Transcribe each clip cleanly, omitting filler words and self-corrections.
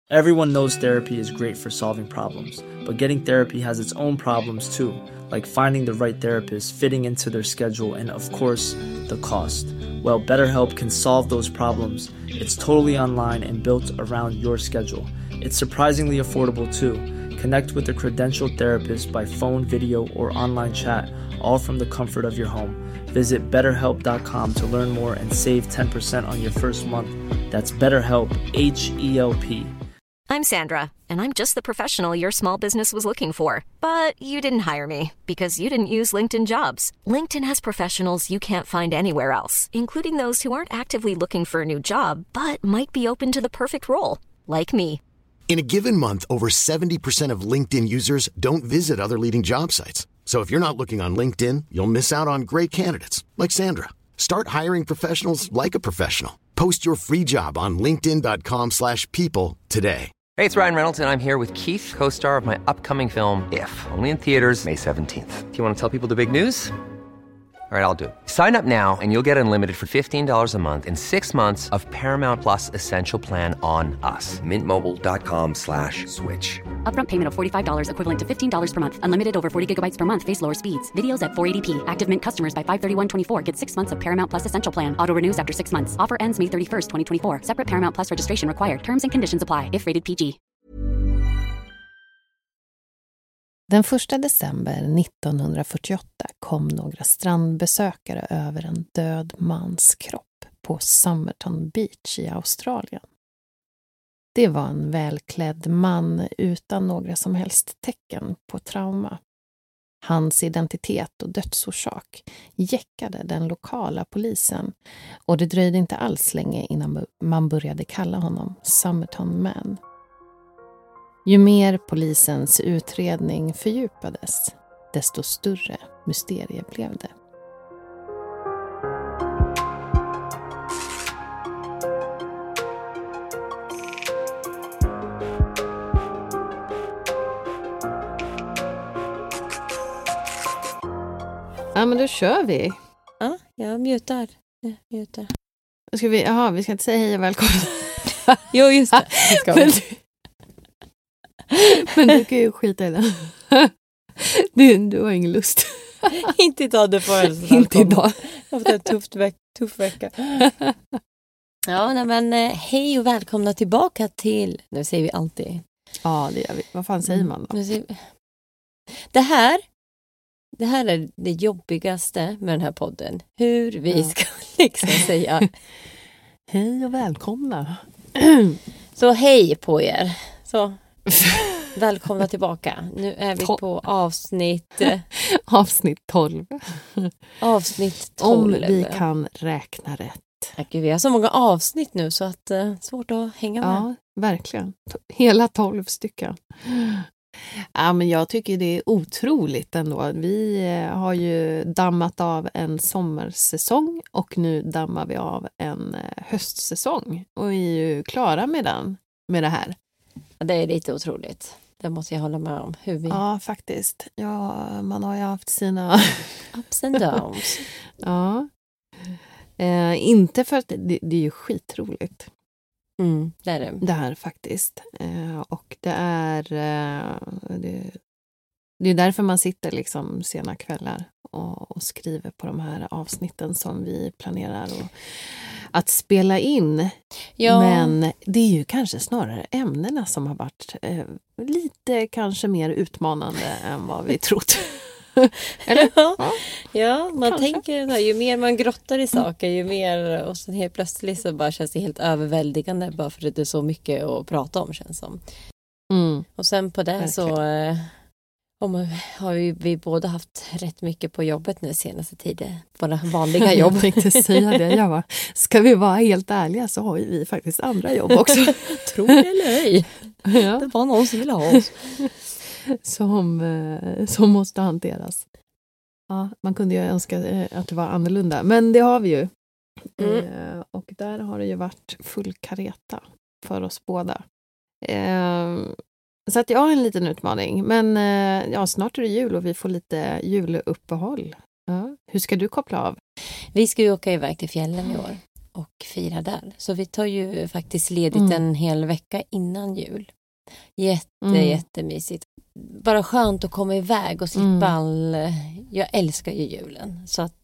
Everyone knows therapy is great for solving problems, but getting therapy has its own problems too, like finding the right therapist, fitting into their schedule, and of course, the cost. Well, BetterHelp can solve those problems. It's totally online and built around your schedule. It's surprisingly affordable too. Connect with a credentialed therapist by phone, video, or online chat, all from the comfort of your home. Visit BetterHelp.com to learn more and save 10% on your first month. That's BetterHelp, H-E-L-P. I'm Sandra, and I'm just the professional your small business was looking for. But you didn't hire me because you didn't use LinkedIn Jobs. LinkedIn has professionals you can't find anywhere else, including those who aren't actively looking for a new job, but might be open to the perfect role, like me. In a given month, over 70% of LinkedIn users don't visit other leading job sites. So if you're not looking on LinkedIn, you'll miss out on great candidates like Sandra. Start hiring professionals like a professional. Post your free job on linkedin.com/people today. Hey, it's Ryan Reynolds, and I'm here with Keith, co-star of my upcoming film, If, only in theaters May 17th. Do you want to tell people the big news? All right, I'll do it. Sign up now and you'll get unlimited for $15 a month and 6 months of Paramount Plus Essential Plan on us. MintMobile.com/switch. Upfront payment of $45 equivalent to $15 per month. Unlimited over 40 gigabytes per month. Face lower speeds. Videos at 480p. Active Mint customers by 531.24 get 6 months of Paramount Plus Essential Plan. Auto renews after 6 months. Offer ends May 31st, 2024. Separate Paramount Plus registration required. Terms and conditions apply if rated PG. Den 1 december 1948 kom några strandbesökare över en död mans kropp på Somerton Beach i Australien. Det var en välklädd man utan några som helst tecken på trauma. Hans identitet och dödsorsak jäckade den lokala polisen och det dröjde inte alls länge innan man började kalla honom Somerton Man. Ju mer polisens utredning fördjupades, desto större mysterie blev det. Ja, men då kör vi. Ja, jag mutar. Vi ska inte säga hej och välkomna. Jo, just det. Men du kan ju skita i det. Du har ingen lust. Inte idag, det får inte idag. Jag har fått en tuff vecka. Ja, men hej och välkomna tillbaka till... Nu säger vi alltid. Ja, det gör vi. Vad fan säger man då? Det här är det jobbigaste med den här podden. Hur vi ska liksom säga. Hej och välkomna. Så hej på er. Så... Välkomna tillbaka. Nu är vi på avsnitt 12. Avsnitt 12. Om vi kan räkna rätt. Gud, vi har så många avsnitt nu så att svårt att hänga med. Ja, verkligen. Hela 12 stycken. Ja, men jag tycker det är otroligt ändå. Vi har ju dammat av en sommarsäsong och nu dammar vi av en höstsäsong och är ju klara med det här. Det är lite otroligt. Det måste jag hålla med om. Ja, faktiskt. Ja, man har ju haft sina... ups and downs. Ja. Inte för att det är ju skitroligt. Det är det. Det här faktiskt. Och det är... Det är därför man sitter liksom sena kvällar och skriver på de här avsnitten som vi planerar att spela in. Ja. Men det är ju kanske snarare ämnena som har varit lite kanske mer utmanande än vad vi trott. Eller? Ja, man kanske tänker så här, ju mer man grottar i saker, ju mer, och sen helt plötsligt så bara känns det helt överväldigande bara för att det är så mycket att prata om, känns som. Och sen på det verkligen. Så har vi båda haft rätt mycket på jobbet nu senaste tiden. Våra vanliga jobb. Jag tänkte säga det. Ska vi vara helt ärliga så har vi faktiskt andra jobb också. Tror det eller ej. Ja. Det var någon som ville ha oss. Som måste hanteras. Ja, man kunde ju önska att det var annorlunda. Men det har vi ju. Och där har det ju varit full kareta för oss båda. Så att jag har en liten utmaning. Men snart är det jul och vi får lite juluppehåll. Ja. Hur ska du koppla av? Vi ska ju åka iväg till fjällen i år. och firar där. Så vi tar ju faktiskt ledigt en hel vecka innan jul. Jättemysigt. Bara skönt att komma iväg och slippa jag älskar ju julen. Så att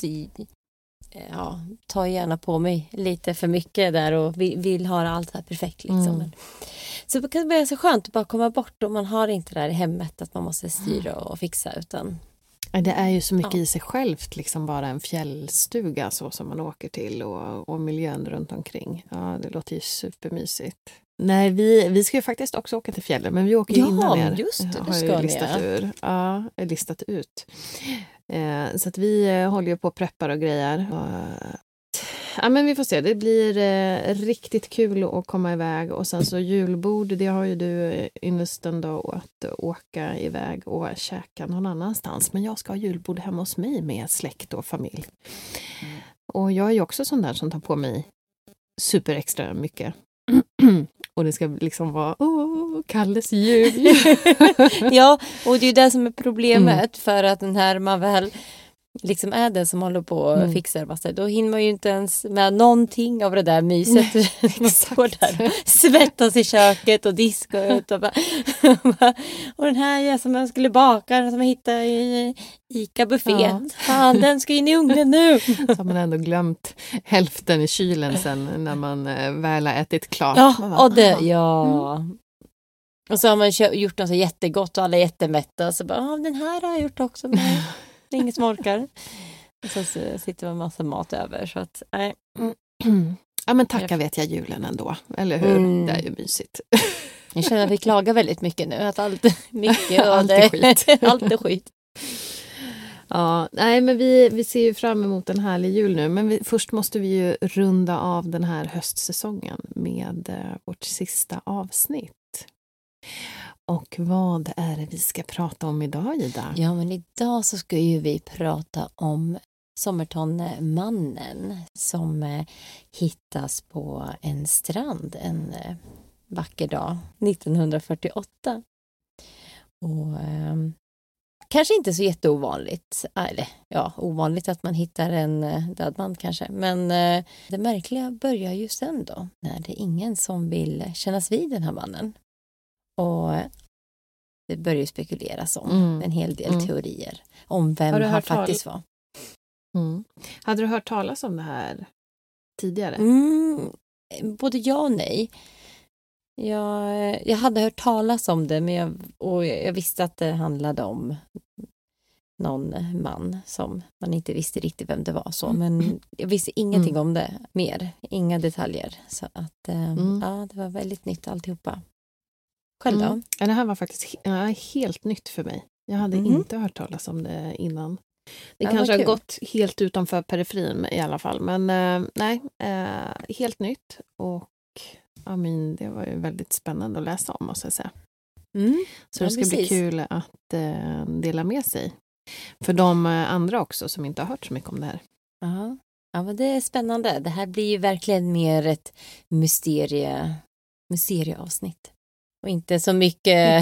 ta gärna på mig lite för mycket där och vill ha allt här perfekt liksom. Så det kan bli så skönt att bara komma bort och man har inte det där i hemmet att man måste styra och fixa utan... Det är ju så mycket i sig självt, liksom bara en fjällstuga så som man åker till och miljön runt omkring. Ja, det låter ju supermysigt. Nej, vi ska ju faktiskt också åka till fjällen, men vi åker ju innan er. Ja, just det, har ju listat ut. Så att vi håller ju på och preppar och grejer. Ja, men vi får se. Det blir riktigt kul att komma iväg. Och sen så julbord, det har ju du ynnesten då att åka iväg och käka någon annanstans. Men jag ska ha julbord hemma hos mig med släkt och familj. Och jag är ju också sån där som tar på mig super extra mycket. Och det ska liksom vara Kalles jul. Ja, och det är ju det som är problemet för att när man väl liksom är den som håller på och fixar massa, då hinner man ju inte ens med någonting av det där myset. Man står där, svettas i köket och diskar ut och och den här som jag skulle baka, den som jag hittade i ICA-buffé. Fan, den ska in i ugnen nu. Så har man ändå glömt hälften i kylen sen när man väl har ätit klart. Och så har man gjort något så jättegott och alla är jättemätta. Så bara, den här har jag gjort också med. Det är inget som orkar. Och så sitter man en massa mat över. Så att, nej. Ja, men tacka vet jag julen ändå. Eller hur? Det är ju mysigt. Jag känner att vi klagar väldigt mycket nu. Att allt är skit. Allt är skit. Ja, nej, men vi ser ju fram emot en härlig jul nu. Men först måste vi ju runda av den här höstsäsongen med vårt sista avsnitt. Och vad är det vi ska prata om idag, Ida? Ja, men idag så ska ju vi prata om Somertonmannen som hittas på en strand en vacker dag 1948. Och kanske inte så jätteovanligt. Eller ja, ovanligt att man hittar en död man kanske. Men det märkliga börjar ju sen då, när det är ingen som vill kännas vid den här mannen. Och det börjar ju spekuleras om en hel del teorier om vem han faktiskt var. Hade du hört talas om det här tidigare? Både ja och nej. Jag hade hört talas om det, men jag visste att det handlade om någon man som man inte visste riktigt vem det var. Så. Men jag visste ingenting om det mer. Inga detaljer. Så att ja, det var väldigt nytt alltihopa. Själv då? Det här var faktiskt helt nytt för mig. Jag hade inte hört talas om det innan. Det kanske har gått helt utanför periferin i alla fall. Men nej, helt nytt. Och det var ju väldigt spännande att läsa om, måste jag säga. Så det ska bli kul att dela med sig. För de andra också som inte har hört så mycket om det här. Ja, men det är spännande. Det här blir ju verkligen mer ett mysterieavsnitt. Och inte så mycket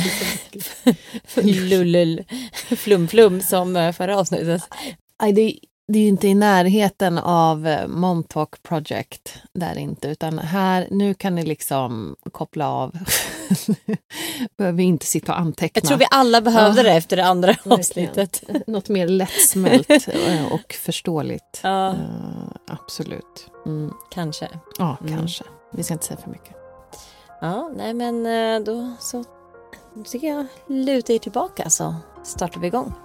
flum som förra avsnittet. Det är ju inte i närheten av Montauk Project där inte, utan här, nu kan ni liksom koppla av. Behöver inte sitta och anteckna. Jag tror vi alla behövde det efter det andra avsnittet. Något mer lättsmält och förståeligt. Absolut. Kanske. Ja, kanske. Vi ska inte säga för mycket. Ja, nej men då så tycker jag luta er tillbaka så startar vi igång.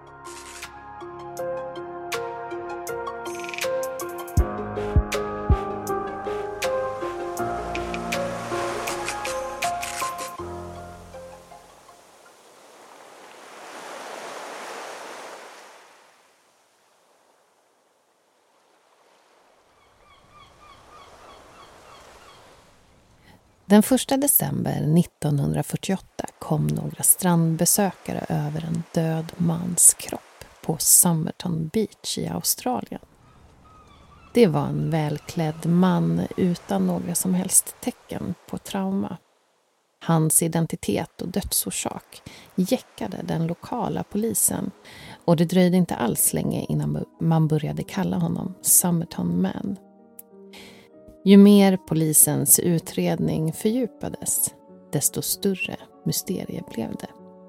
Den 1 december 1948 kom några strandbesökare över en död mans kropp på Somerton Beach i Australien. Det var en välklädd man utan några som helst tecken på trauma. Hans identitet och dödsorsak jäckade den lokala polisen och det dröjde inte alls länge innan man började kalla honom Somerton Man. Ju mer polisens utredning fördjupades, desto större mysterie blev det.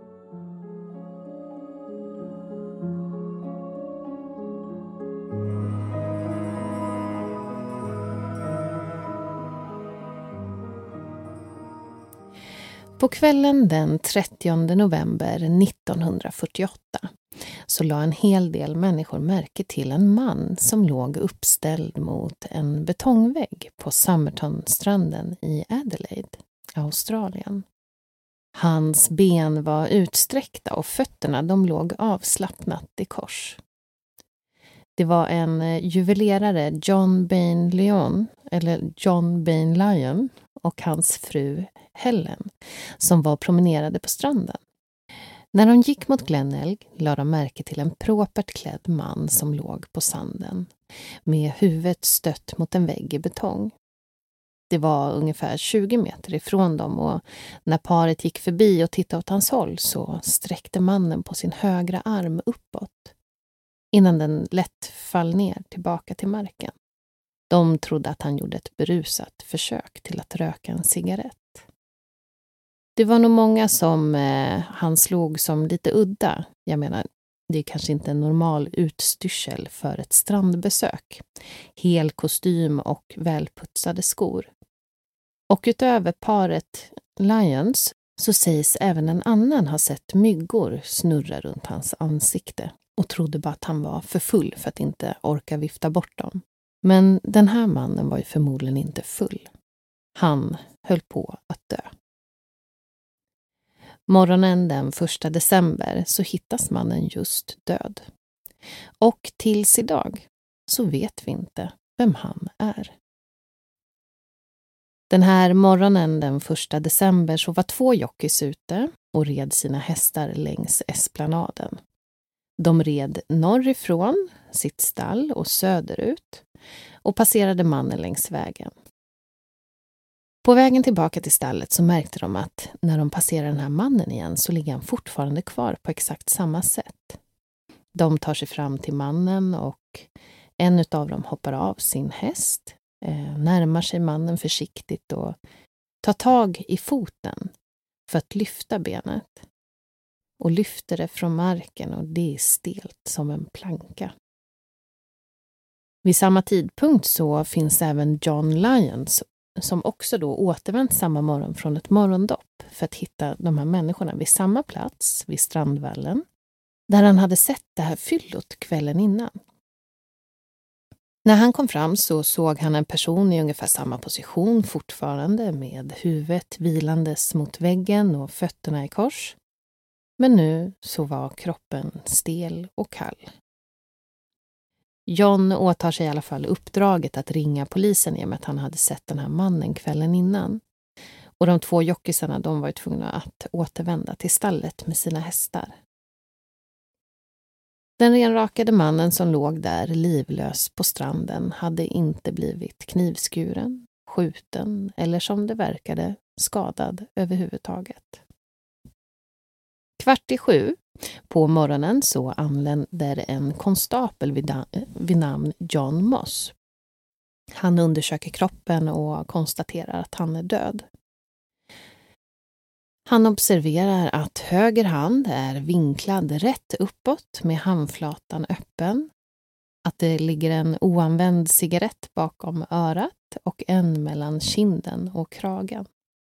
På kvällen den 30 november 1948 så la en hel del människor märke till en man som låg uppställd mot en betongvägg på Somertonstranden i Adelaide, Australien. Hans ben var utsträckta och fötterna de låg avslappnat i kors. Det var en juvelerare, John Bain Lyon, och hans fru Helen som var promenerade på stranden. När de gick mot Glenelg lade de märke till en propert klädd man som låg på sanden med huvudet stött mot en vägg i betong. Det var ungefär 20 meter ifrån dem och när paret gick förbi och tittade åt hans håll så sträckte mannen på sin högra arm uppåt innan den lätt fall ner tillbaka till marken. De trodde att han gjorde ett berusat försök till att röka en cigarett. Det var nog många som han slog som lite udda. Jag menar, det är kanske inte en normal utstyrsel för ett strandbesök. Hel kostym och välputsade skor. Och utöver paret Lyons så sägs även en annan ha sett myggor snurra runt hans ansikte och trodde bara att han var för full för att inte orka vifta bort dem. Men den här mannen var ju förmodligen inte full. Han höll på att dö. Morgonen den 1 december så hittas mannen just död. Och tills idag så vet vi inte vem han är. Den här morgonen den 1 december så var 2 jockeys ute och red sina hästar längs esplanaden. De red norrifrån sitt stall och söderut och passerade mannen längs vägen. På vägen tillbaka till stallet så märkte de att när de passerar den här mannen igen så ligger han fortfarande kvar på exakt samma sätt. De tar sig fram till mannen och en av dem hoppar av sin häst, närmar sig mannen försiktigt och tar tag i foten för att lyfta benet. Och lyfter det från marken och det är stelt som en planka. Vid samma tidpunkt så finns även John Lyons som också då återvänt samma morgon från ett morgondopp för att hitta de här människorna vid samma plats, vid Strandvallen, där han hade sett det här fyllot kvällen innan. När han kom fram så såg han en person i ungefär samma position fortfarande med huvudet vilandes mot väggen och fötterna i kors. Men nu så var kroppen stel och kall. John åtar sig i alla fall uppdraget att ringa polisen i och med att han hade sett den här mannen kvällen innan. Och de 2 jockisarna de var ju tvungna att återvända till stallet med sina hästar. Den renrakade mannen som låg där livlös på stranden hade inte blivit knivskuren, skjuten eller som det verkade skadad överhuvudtaget. 6:15 på morgonen så anländer en konstapel vid namn John Moss. Han undersöker kroppen och konstaterar att han är död. Han observerar att höger hand är vinklad rätt uppåt med handflatan öppen. Att det ligger en oanvänd cigarett bakom örat och en mellan kinden och kragen.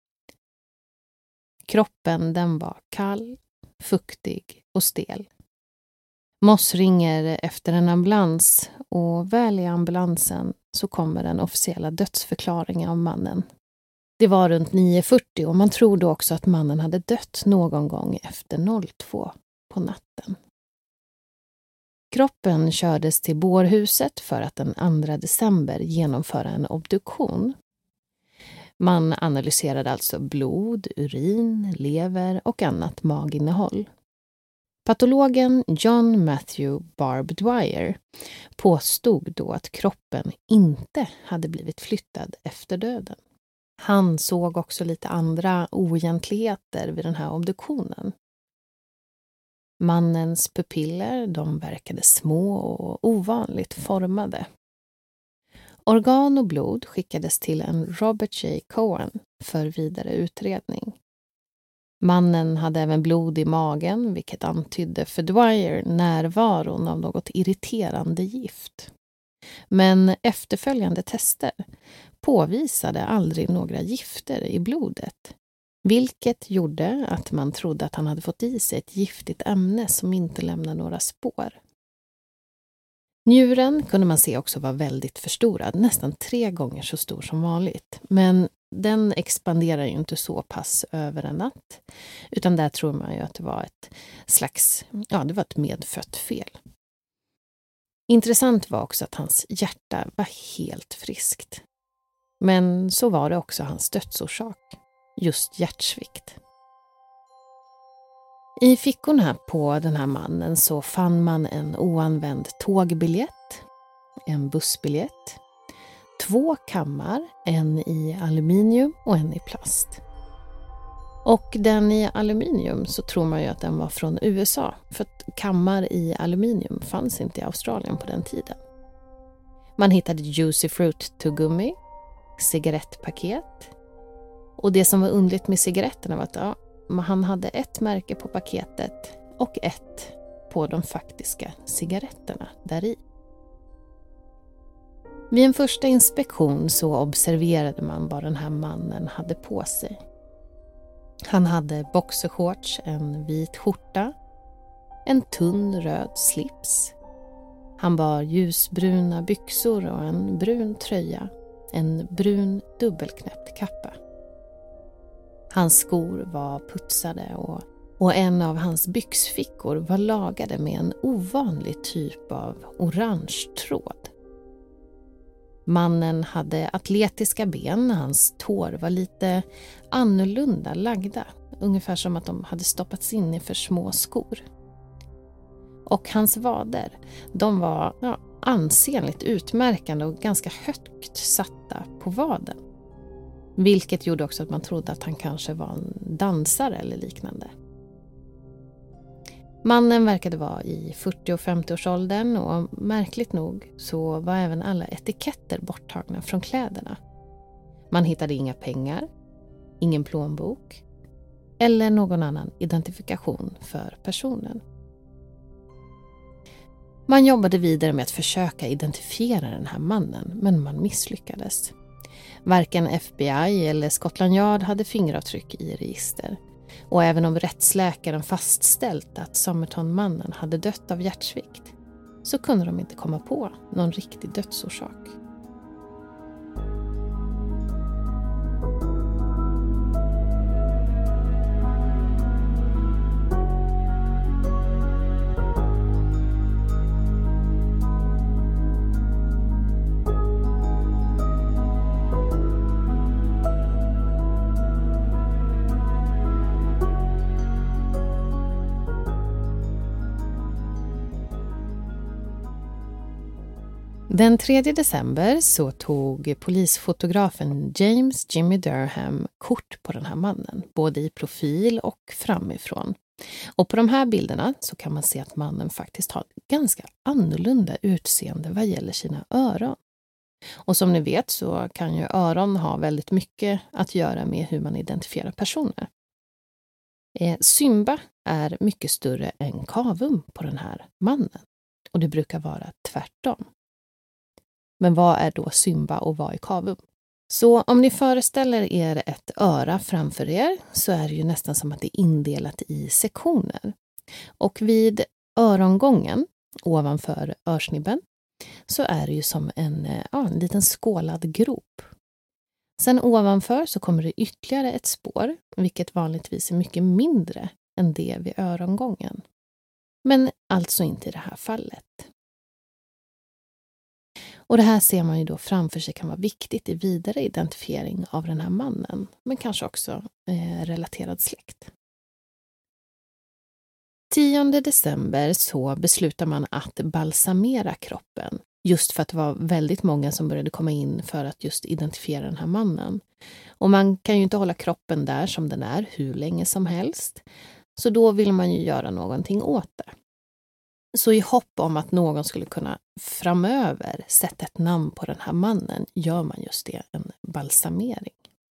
Kroppen den var kall, fuktig och stel. Moss ringer efter en ambulans och väl i ambulansen så kommer den officiella dödsförklaringen av mannen. Det var runt 9:40 och man tror då också att mannen hade dött någon gång efter 02 på natten. Kroppen kördes till bårhuset för att den 2 december genomföra en obduktion. Man analyserade alltså blod, urin, lever och annat maginnehåll. Patologen John Matthew Barb Dwyer påstod då att kroppen inte hade blivit flyttad efter döden. Han såg också lite andra oegentligheter vid den här obduktionen. Mannens pupiller, de verkade små och ovanligt formade. Organ och blod skickades till en Robert J. Cohen för vidare utredning. Mannen hade även blod i magen, vilket antydde för Dwyer närvaron av något irriterande gift. Men efterföljande tester påvisade aldrig några gifter i blodet, vilket gjorde att man trodde att han hade fått i sig ett giftigt ämne som inte lämnar några spår. Njuren kunde man se också var väldigt förstorad, nästan 3 gånger så stor som vanligt. Men den expanderar ju inte så pass över en natt, utan där tror man ju att det var ett slags, det var ett medfött fel. Intressant var också att hans hjärta var helt friskt. Men så var det också hans dödsorsak, just hjärtsvikt. I fickorna på den här mannen så fann man en oanvänd tågbiljett, en bussbiljett, 2 kammar, en i aluminium och en i plast. Och den i aluminium så tror man ju att den var från USA, för att kammar i aluminium fanns inte i Australien på den tiden. Man hittade Juicy Fruit-tuggummi, cigarettpaket, och det som var underligt med cigaretterna var att han hade ett märke på paketet och ett på de faktiska cigaretterna däri. Vid en första inspektion så observerade man vad den här mannen hade på sig. Han hade boxershorts, en vit skjorta, en tunn röd slips. Han bar ljusbruna byxor och en brun tröja, en brun dubbelknäppt kappa. Hans skor var putsade och en av hans byxfickor var lagade med en ovanlig typ av orange tråd. Mannen hade atletiska ben, hans tår var lite annorlunda lagda, ungefär som att de hade stoppats in i för små skor. Och hans vader, de var ansenligt utmärkande och ganska högt satta på vaden. Vilket gjorde också att man trodde att han kanske var en dansare eller liknande. Mannen verkade vara i 40- och 50-årsåldern och märkligt nog så var även alla etiketter borttagna från kläderna. Man hittade inga pengar, ingen plånbok eller någon annan identifikation för personen. Man jobbade vidare med att försöka identifiera den här mannen, men man misslyckades. Varken FBI eller Scotland Yard hade fingeravtryck i register. Och även om rättsläkaren fastställt att Somerton-mannen hade dött av hjärtsvikt så kunde de inte komma på någon riktig dödsorsak. Den 3 december så tog polisfotografen James Jimmy Durham kort på den här mannen, både i profil och framifrån. Och på de här bilderna så kan man se att mannen faktiskt har ganska annorlunda utseende vad gäller sina öron. Och som ni vet så kan ju öron ha väldigt mycket att göra med hur man identifierar personer. Simba är mycket större än Kavum på den här mannen, och det brukar vara tvärtom. Men vad är då Simba och vad är Kavum? Så om ni föreställer er ett öra framför er så är det ju nästan som att det är indelat i sektioner. Och vid örongången ovanför örsnibben så är det ju som en liten skålad grop. Sen ovanför så kommer det ytterligare ett spår, vilket vanligtvis är mycket mindre än det vid örongången. Men alltså inte i det här fallet. Och det här ser man ju då framför sig kan vara viktigt i vidare identifiering av den här mannen, men kanske också relaterad släkt. 10 december så beslutar man att balsamera kroppen, just för att det var väldigt många som började komma in för att just identifiera den här mannen. Och man kan ju inte hålla kroppen där som den är hur länge som helst, så då vill man ju göra någonting åt det. Så i hopp om att någon skulle kunna framöver sätta ett namn på den här mannen gör man just det, en balsamering.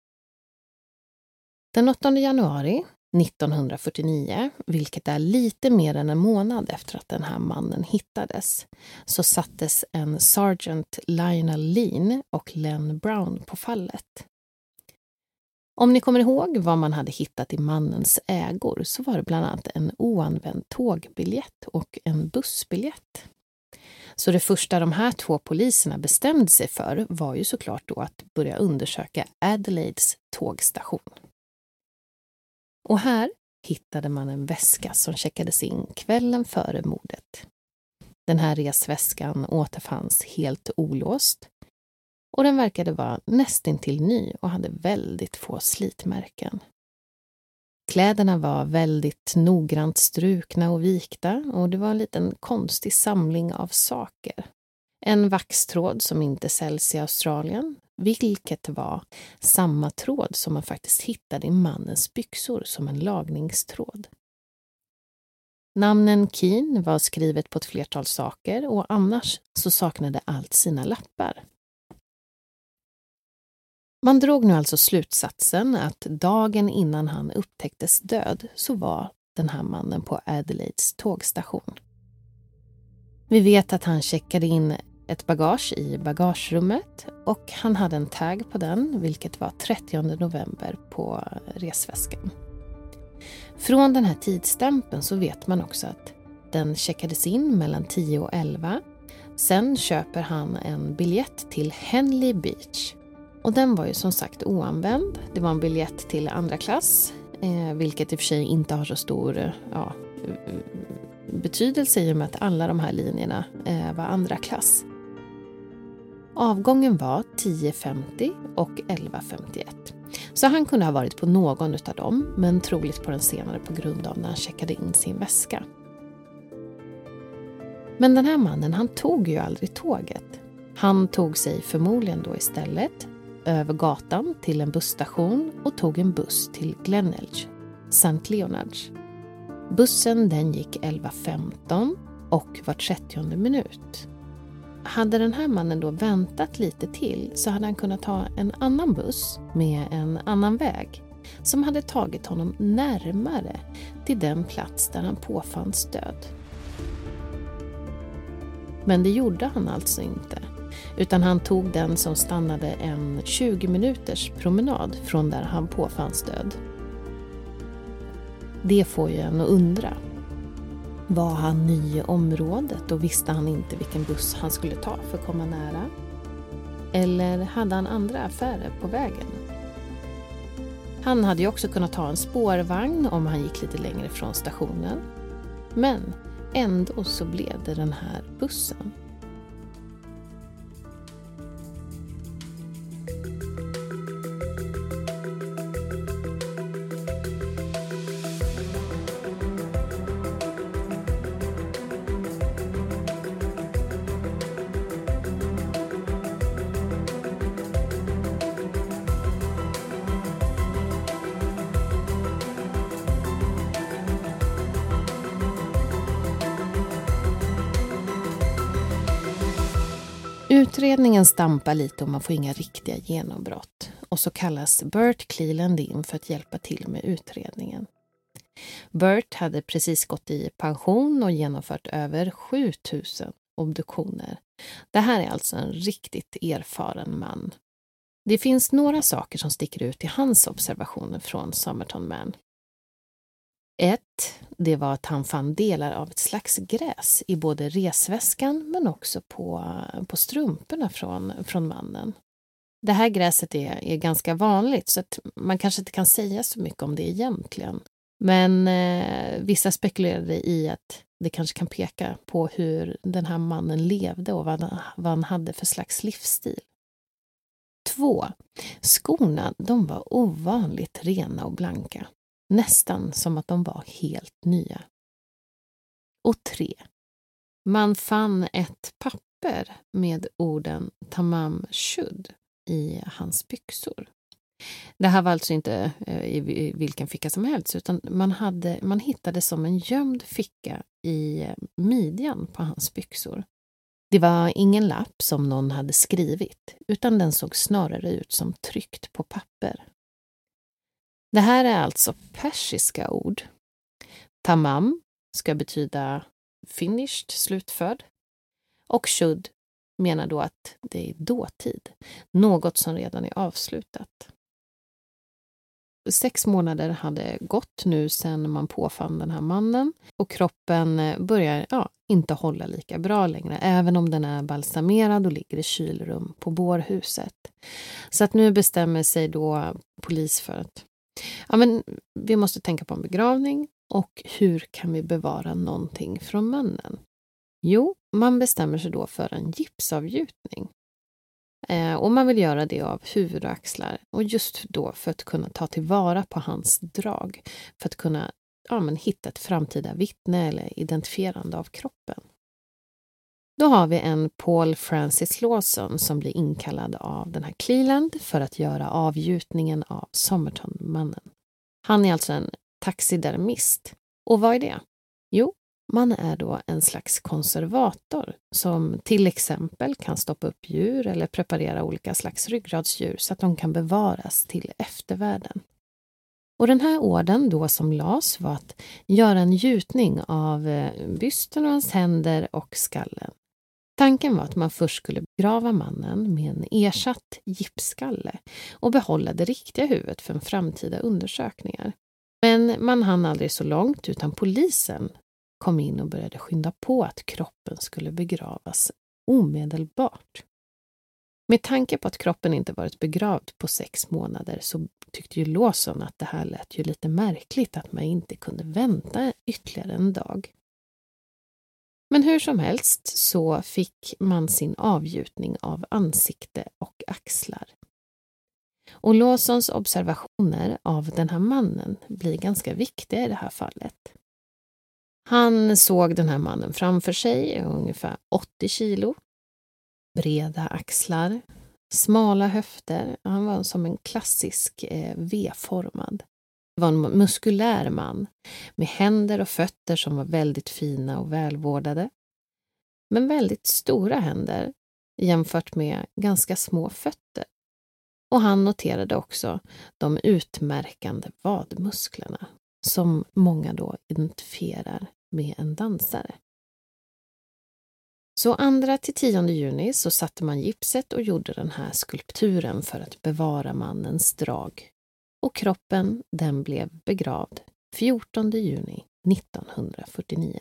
Den 8 januari 1949, vilket är lite mer än en månad efter att den här mannen hittades, så sattes en Sergeant Lionel Lean och Len Brown på fallet. Om ni kommer ihåg vad man hade hittat i mannens ägor så var det bland annat en oanvänd tågbiljett och en bussbiljett. Så det första de här två poliserna bestämde sig för var ju såklart då att börja undersöka Adelaides tågstation. Och här hittade man en väska som checkades in kvällen före mordet. Den här resväskan återfanns helt olåst och den verkade vara nästintill ny och hade väldigt få slitmärken. Kläderna var väldigt noggrant strukna och vikta och det var en liten konstig samling av saker. En vaxtråd som inte säljs i Australien, vilket var samma tråd som man faktiskt hittade i mannens byxor som en lagningstråd. Namnen Keane var skrivet på ett flertal saker och annars så saknade allt sina lappar. Man drog nu alltså slutsatsen att dagen innan han upptäcktes död så var den här mannen på Adelaides tågstation. Vi vet att han checkade in ett bagage i bagagerummet och han hade en tag på den, vilket var 30 november på resväskan. Från den här tidsstämpeln så vet man också att den checkades in mellan 10 och 11. Sen köper han en biljett till Henley Beach. Och den var ju som sagt oanvänd. Det var en biljett till andra klass, vilket i och för sig inte har så stor betydelse i och med att alla de här linjerna var andra klass. Avgången var 10.50 och 11.51. Så han kunde ha varit på någon av dem, men troligt på den senare på grund av när han checkade in sin väska. Men den här mannen, han tog ju aldrig tåget. Han tog sig förmodligen då istället över gatan till en busstation och tog en buss till Glenelg, St. Leonards. Bussen den gick 11.15 och var 30:e minut. Hade den här mannen då väntat lite till så hade han kunnat ta en annan buss med en annan väg som hade tagit honom närmare till den plats där han påfanns död. Men det gjorde han alltså inte, utan han tog den som stannade en 20 minuters promenad från där han påfanns död. Det får ju en att undra. Var han ny i området och visste han inte vilken buss han skulle ta för att komma nära? Eller hade han andra affärer på vägen? Han hade ju också kunnat ta en spårvagn om han gick lite längre från stationen. Men ändå så blev det den här bussen. Utredningen stampar lite och man får inga riktiga genombrott. Och så kallas Bert Cleland in för att hjälpa till med utredningen. Bert hade precis gått i pension och genomfört över 7000 obduktioner. Det här är alltså en riktigt erfaren man. Det finns några saker som sticker ut i hans observationer från Somerton Man. 1. Det var att han fann delar av ett slags gräs i både resväskan men också på strumporna från mannen. Det här gräset är ganska vanligt så att man kanske inte kan säga så mycket om det egentligen. Men vissa spekulerade i att det kanske kan peka på hur den här mannen levde och vad han hade för slags livsstil. 2. Skorna, de var ovanligt rena och blanka. Nästan som att de var helt nya. Och 3. Man fann ett papper med orden Tamam Shud i hans byxor. Det här var alltså inte i vilken ficka som helst, utan man hittade som en gömd ficka i midjan på hans byxor. Det var ingen lapp som någon hade skrivit, utan den såg snarare ut som tryckt på papper. Det här är alltså persiska ord. Tamam ska betyda finished, slutförd. Och shud menar då att det är dåtid, något som redan är avslutat. 6 månader hade gått nu sedan man påfann den här mannen och kroppen börjar inte hålla lika bra längre, även om den är balsamerad och ligger i kylrum på bårhuset. Så att nu bestämmer sig då polis för att vi måste tänka på en begravning, och hur kan vi bevara någonting från mannen? Jo, man bestämmer sig då för en gipsavgjutning. Och man vill göra det av huvud och axlar. Och just då för att kunna ta tillvara på hans drag. För att kunna hitta ett framtida vittne eller identifierande av kroppen. Då har vi en Paul Francis Lawson som blir inkallad av den här Cleland för att göra avgjutningen av Somerton-mannen. Han är alltså en taxidermist. Och vad är det? Jo, man är då en slags konservator som till exempel kan stoppa upp djur eller preparera olika slags ryggradsdjur så att de kan bevaras till eftervärlden. Och den här orden då som lades var att göra en gjutning av bysten och hans händer och skallen. Tanken var att man först skulle begrava mannen med en ersatt gipsskalle och behålla det riktiga huvudet för en framtida undersökningar. Men man hann aldrig så långt, utan polisen kom in och började skynda på att kroppen skulle begravas omedelbart. Med tanke på att kroppen inte varit begravd på 6 månader så tyckte ju Lawson att det här lät ju lite märkligt att man inte kunde vänta ytterligare en dag. Men hur som helst så fick man sin avgjutning av ansikte och axlar. Och Lawsons observationer av den här mannen blir ganska viktiga i det här fallet. Han såg den här mannen framför sig, ungefär 80 kilo. Breda axlar, smala höfter. Han var som en klassisk V-formad. Det var en muskulär man med händer och fötter som var väldigt fina och välvårdade. Men väldigt stora händer jämfört med ganska små fötter. Och han noterade också de utmärkande vadmusklerna som många då identifierar med en dansare. Så 2-10 juni så satte man gipset och gjorde den här skulpturen för att bevara mannens drag. Och kroppen, den blev begravd 14 juni 1949.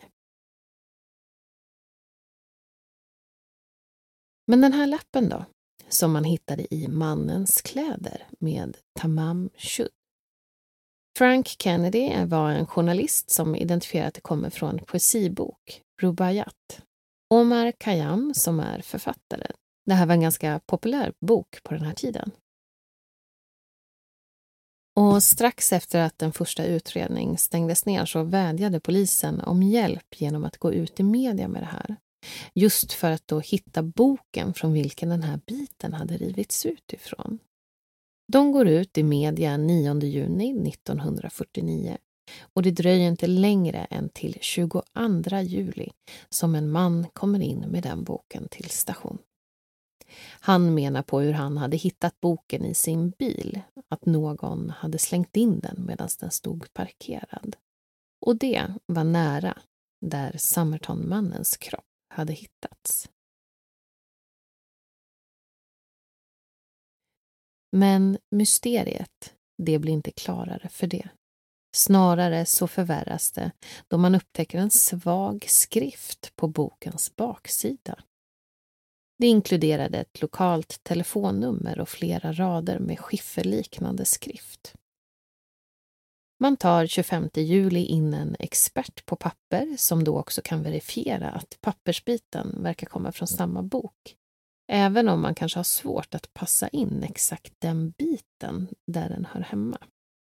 Men den här lappen då, som man hittade i mannens kläder med Tamam Shud. Frank Kennedy var en journalist som identifierade att det kommer från poesibok Rubaiyat. Omar Khayyam som är författare. Det här var en ganska populär bok på den här tiden. Och strax efter att den första utredningen stängdes ner så vädjade polisen om hjälp genom att gå ut i media med det här. Just för att då hitta boken från vilken den här biten hade rivits ut ifrån. De går ut i media 9 juni 1949 och det dröjer inte längre än till 22 juli som en man kommer in med den boken till station. Han menar på hur han hade hittat boken i sin bil, att någon hade slängt in den medan den stod parkerad. Och det var nära där Somerton-mannens kropp hade hittats. Men mysteriet, det blir inte klarare för det. Snarare så förvärras det då man upptäcker en svag skrift på bokens baksida. Det inkluderade ett lokalt telefonnummer och flera rader med skifferliknande skrift. Man tar 25 juli in en expert på papper som då också kan verifiera att pappersbiten verkar komma från samma bok. Även om man kanske har svårt att passa in exakt den biten där den hör hemma.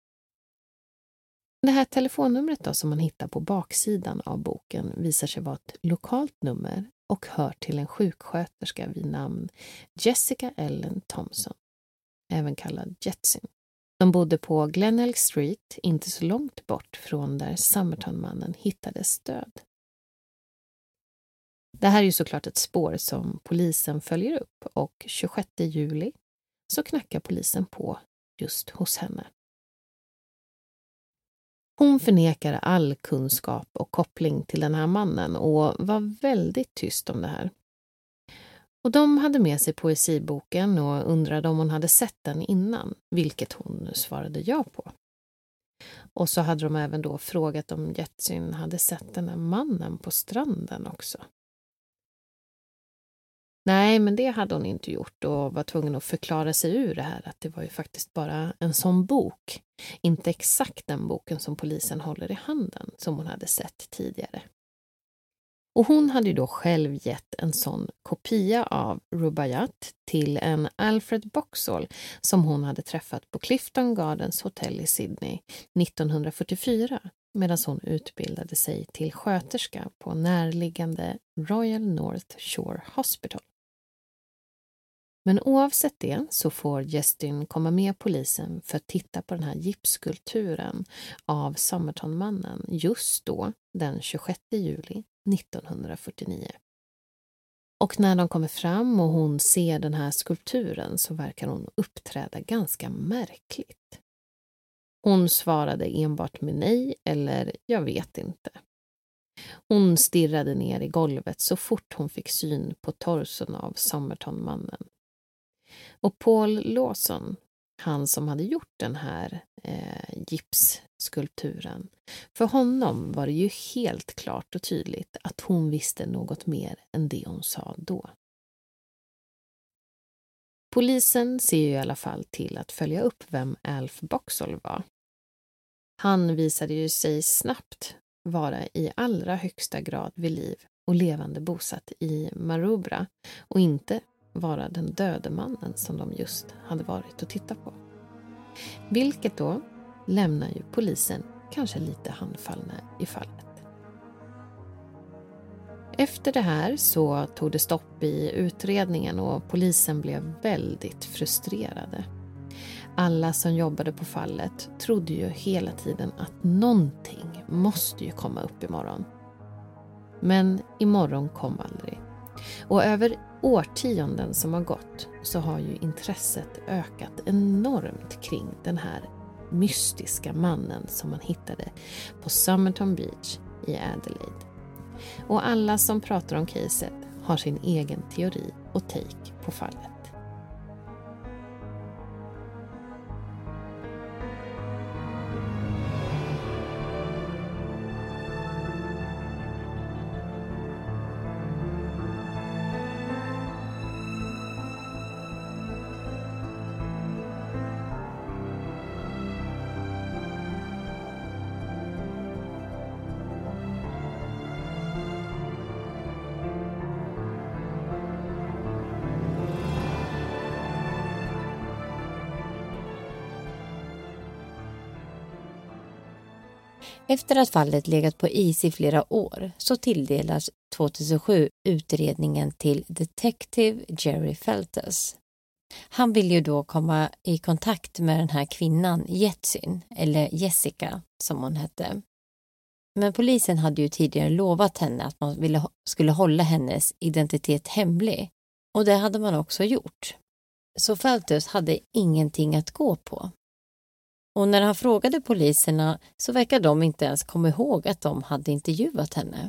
Det här telefonnumret då som man hittar på baksidan av boken visar sig vara ett lokalt nummer och hör till en sjuksköterska vid namn Jessica Ellen Thompson, även kallad Jetsin. De bodde på Glenelg Street, inte så långt bort från där Somerton-mannen hittades död. Det här är ju såklart ett spår som polisen följer upp och 26 juli så knackar polisen på just hos henne. Hon förnekar all kunskap och koppling till den här mannen och var väldigt tyst om det här. Och de hade med sig poesiboken och undrade om hon hade sett den innan, vilket hon svarade ja på. Och så hade de även då frågat om Jetsyn hade sett den här mannen på stranden också. Nej, men det hade hon inte gjort och var tvungen att förklara sig ur det här att det var ju faktiskt bara en sån bok, inte exakt den boken som polisen håller i handen som hon hade sett tidigare. Och hon hade ju då själv gett en sån kopia av Rubaiyat till en Alfred Boxall som hon hade träffat på Clifton Gardens Hotel i Sydney 1944 medan hon utbildade sig till sköterska på närliggande Royal North Shore Hospital. Men oavsett det så får Jestyn komma med polisen för att titta på den här gipsskulpturen av Somerton-mannen just då, den 26 juli 1949. Och när de kommer fram och hon ser den här skulpturen så verkar hon uppträda ganska märkligt. Hon svarade enbart med nej eller jag vet inte. Hon stirrade ner i golvet så fort hon fick syn på torson av Somerton-mannen. Och Paul Lawson, han som hade gjort den här gipsskulpturen, för honom var det ju helt klart och tydligt att hon visste något mer än det hon sa då. Polisen ser ju i alla fall till att följa upp vem Alf Boxall var. Han visade ju sig snabbt vara i allra högsta grad vid liv och levande bosatt i Maroubra och inte vara den döde mannen som de just hade varit och tittat på. Vilket då lämnar ju polisen kanske lite handfallna i fallet. Efter det här så tog det stopp i utredningen och polisen blev väldigt frustrerade. Alla som jobbade på fallet trodde ju hela tiden att någonting måste ju komma upp imorgon. Men imorgon kom aldrig. Och över årtionden som har gått så har ju intresset ökat enormt kring den här mystiska mannen som man hittade på Somerton Beach i Adelaide. Och alla som pratar om caset har sin egen teori och take på fallet. Efter att fallet legat på is i flera år så tilldelas 2007 utredningen till Detective Jerry Feltes. Han vill ju då komma i kontakt med den här kvinnan Jetsyn, eller Jessica som hon hette. Men polisen hade ju tidigare lovat henne att man skulle hålla hennes identitet hemlig. Och det hade man också gjort. Så Feltes hade ingenting att gå på. Och när han frågade poliserna så verkar de inte ens komma ihåg att de hade intervjuat henne.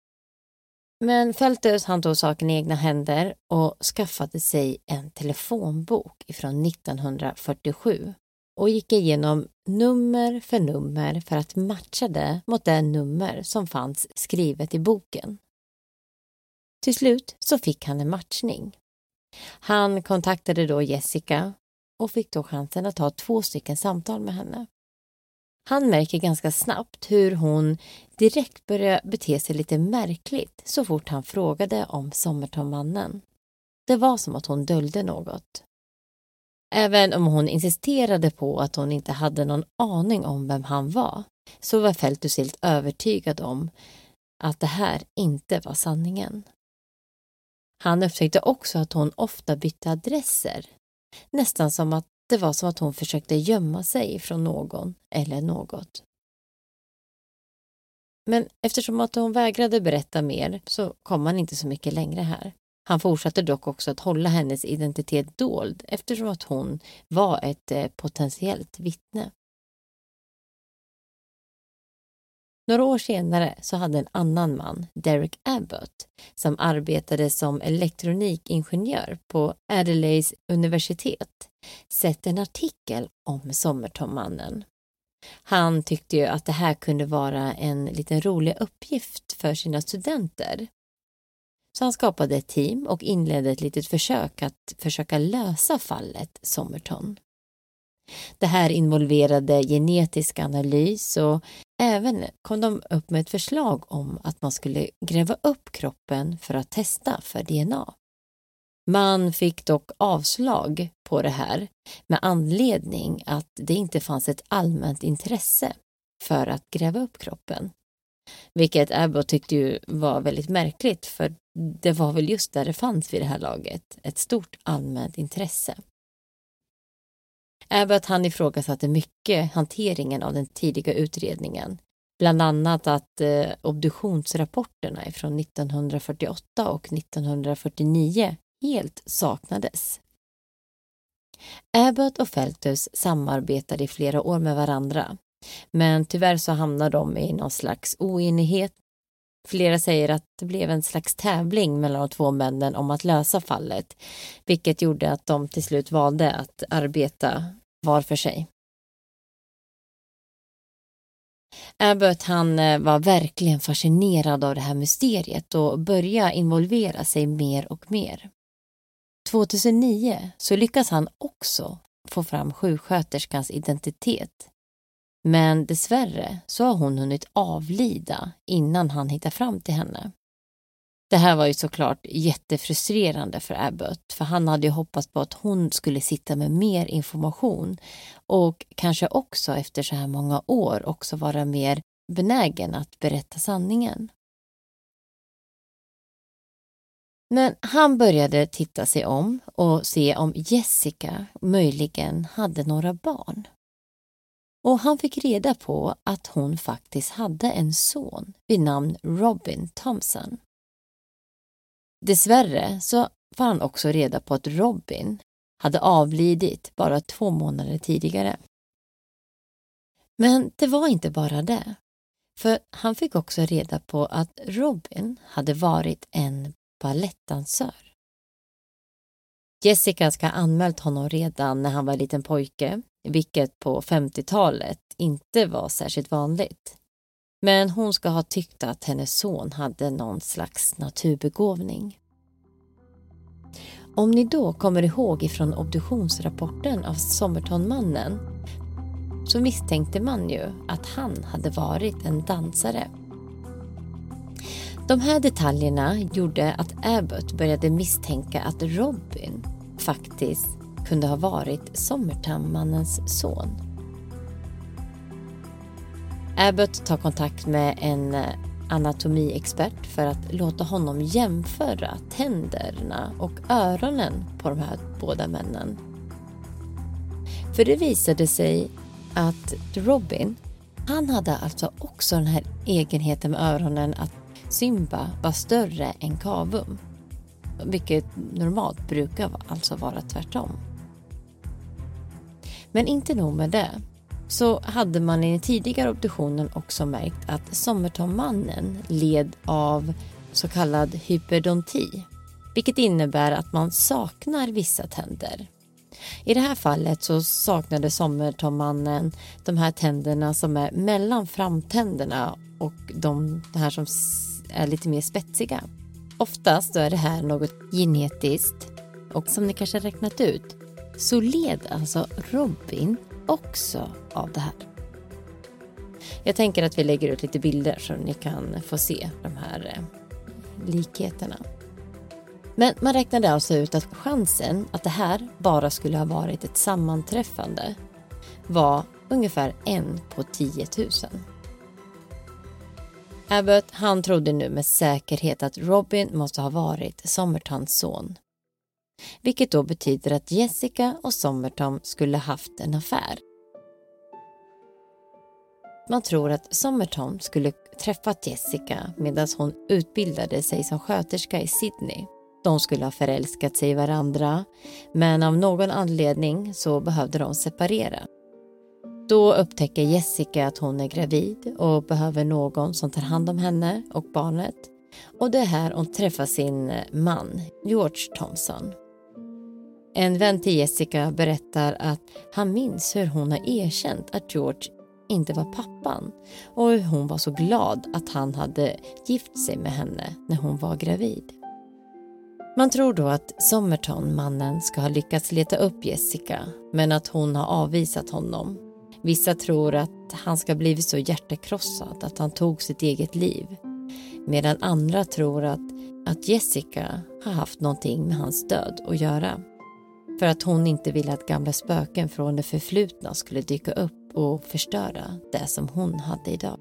Men Feltes han tog saken i egna händer och skaffade sig en telefonbok från 1947 och gick igenom nummer för att matcha det mot det nummer som fanns skrivet i boken. Till slut så fick han en matchning. Han kontaktade då Jessica och fick då chansen att ta 2 samtal med henne. Han märker ganska snabbt hur hon direkt börjar bete sig lite märkligt så fort han frågade om Somerton-mannen. Det var som att hon döljde något. Även om hon insisterade på att hon inte hade någon aning om vem han var, så var Feltus helt övertygad om att det här inte var sanningen. Han upptäckte också att hon ofta bytte adresser. Nästan som att Det var som att hon försökte gömma sig från någon eller något. Men eftersom att hon vägrade berätta mer så kom han inte så mycket längre här. Han fortsatte dock också att hålla hennes identitet dold eftersom att hon var ett potentiellt vittne. Några år senare så hade en annan man, Derek Abbott, som arbetade som elektronikingenjör på Adelaides universitet, sett en artikel om Somerton-mannen. Han tyckte ju att det här kunde vara en liten rolig uppgift för sina studenter. Så han skapade ett team och inledde ett litet försök att försöka lösa fallet Somerton. Det här involverade genetisk analys och även kom de upp med ett förslag om att man skulle gräva upp kroppen för att testa för DNA. Man fick dock avslag på det här med anledning att det inte fanns ett allmänt intresse för att gräva upp kroppen. Vilket Abbott tyckte ju var väldigt märkligt, för det var väl just där det fanns vid det här laget ett stort allmänt intresse. Abbott han ifrågasatte mycket hanteringen av den tidiga utredningen. Bland annat att obduktionsrapporterna från 1948 och 1949 helt saknades. Abbott och Feltus samarbetade i flera år med varandra, men tyvärr så hamnade de i någon slags oenighet. Flera säger att det blev en slags tävling mellan de två männen om att lösa fallet, vilket gjorde att de till slut valde att arbeta var för sig. Abbott han var verkligen fascinerad av det här mysteriet och började involvera sig mer och mer. 2009 så lyckas han också få fram sjuksköterskans identitet. Men dessvärre så har hon hunnit avlida innan han hittar fram till henne. Det här var ju såklart jättefrustrerande för Abbott, för han hade ju hoppats på att hon skulle sitta med mer information och kanske också efter så här många år också vara mer benägen att berätta sanningen. Men han började titta sig om och se om Jessica möjligen hade några barn. Och han fick reda på att hon faktiskt hade en son vid namn Robin Thompson. Dessvärre så var han också reda på att Robin hade avlidit bara 2 månader tidigare. Men det var inte bara det. För han fick också reda på att Robin hade varit en ballettdansör. Jessica ska ha anmält honom redan när han var en liten pojke, vilket på 50-talet inte var särskilt vanligt. Men hon ska ha tyckt att hennes son hade någon slags naturbegåvning. Om ni då kommer ihåg ifrån obduktionsrapporten av Somerton-mannen så misstänkte man ju att han hade varit en dansare. De här detaljerna gjorde att Abbott började misstänka att Robin faktiskt kunde ha varit Somerton-mannens son. Abbott tar kontakt med en anatomiexpert för att låta honom jämföra tänderna och öronen på de här båda männen. För det visade sig att Robin, han hade alltså också den här egenheten med öronen att Simba var större än Kavum, vilket normalt brukar alltså vara tvärtom. Men inte nog med det, så hade man i den tidigare obduktionen också märkt att Somerton-mannen led av så kallad hyperdonti, vilket innebär att man saknar vissa tänder. I det här fallet så saknade Somerton-mannen de här tänderna som är mellan framtänderna och de här som är lite mer spetsiga. Oftast är det här något genetiskt, och som ni kanske räknat ut så led alltså Robin också av det här. Jag tänker att vi lägger ut lite bilder så ni kan få se de här likheterna. Men man räknade alltså ut att chansen att det här bara skulle ha varit ett sammanträffande var ungefär 1 på 10 000. Abbott, han trodde nu med säkerhet att Robin måste ha varit Somertons son. vilket då betyder att Jessica och Somerton skulle haft en affär. Man tror att Somerton skulle träffat Jessica medan hon utbildade sig som sköterska i Sydney. De skulle ha förälskat sig i varandra, men av någon anledning så behövde de separera. Då upptäcker Jessica att hon är gravid och behöver någon som tar hand om henne och barnet. Och det är här hon träffar sin man, George Thompson. En vän till Jessica berättar att han minns hur hon har erkänt att George inte var pappan och hur hon var så glad att han hade gift sig med henne när hon var gravid. Man tror då att Somerton, mannen, ska ha lyckats leta upp Jessica, men att hon har avvisat honom. Vissa tror att han ska blivit så hjärtekrossad att han tog sitt eget liv, medan andra tror att Jessica har haft någonting med hans död att göra. För att hon inte ville att gamla spöken från det förflutna skulle dyka upp och förstöra det som hon hade idag.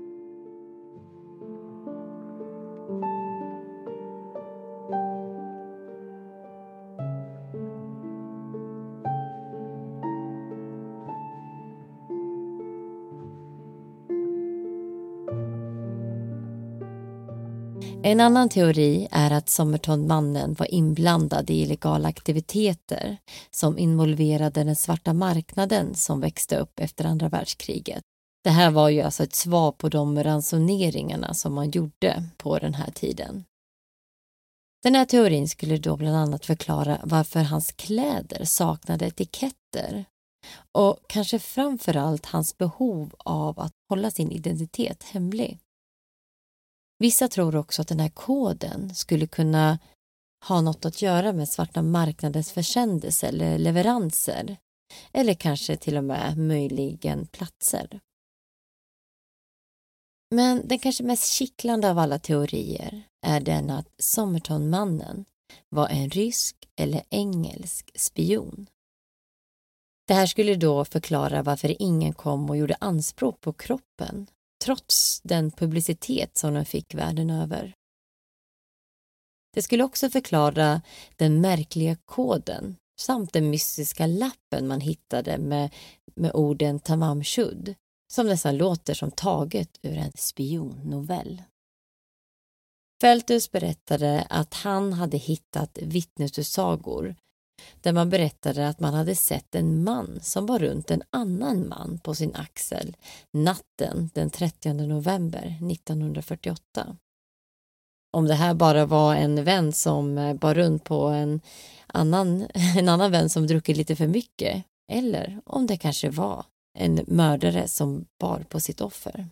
En annan teori är att Somerton-mannen var inblandad i illegala aktiviteter som involverade den svarta marknaden som växte upp efter andra världskriget. Det här var ju alltså ett svar på de ransoneringarna som man gjorde på den här tiden. Den här teorin skulle då bland annat förklara varför hans kläder saknade etiketter och kanske framförallt hans behov av att hålla sin identitet hemlig. Vissa tror också att den här koden skulle kunna ha något att göra med svarta marknadens försändelser eller leveranser. Eller kanske till och med möjligen platser. Men den kanske mest kittlande av alla teorier är den att Somerton-mannen var en rysk eller engelsk spion. Det här skulle då förklara varför ingen kom och gjorde anspråk på kroppen, trots den publicitet som de fick världen över. Det skulle också förklara den märkliga koden samt den mystiska lappen man hittade med orden Tamam Shud, som nästan låter som taget ur en spionnovell. Feltus berättade att han hade hittat vittnesutsagor där man berättade att man hade sett en man som var runt en annan man på sin axel natten den 30 november 1948. Om det här bara var en vän som bar runt på en annan vän som druckit lite för mycket, eller om det kanske var en mördare som bar på sitt offer.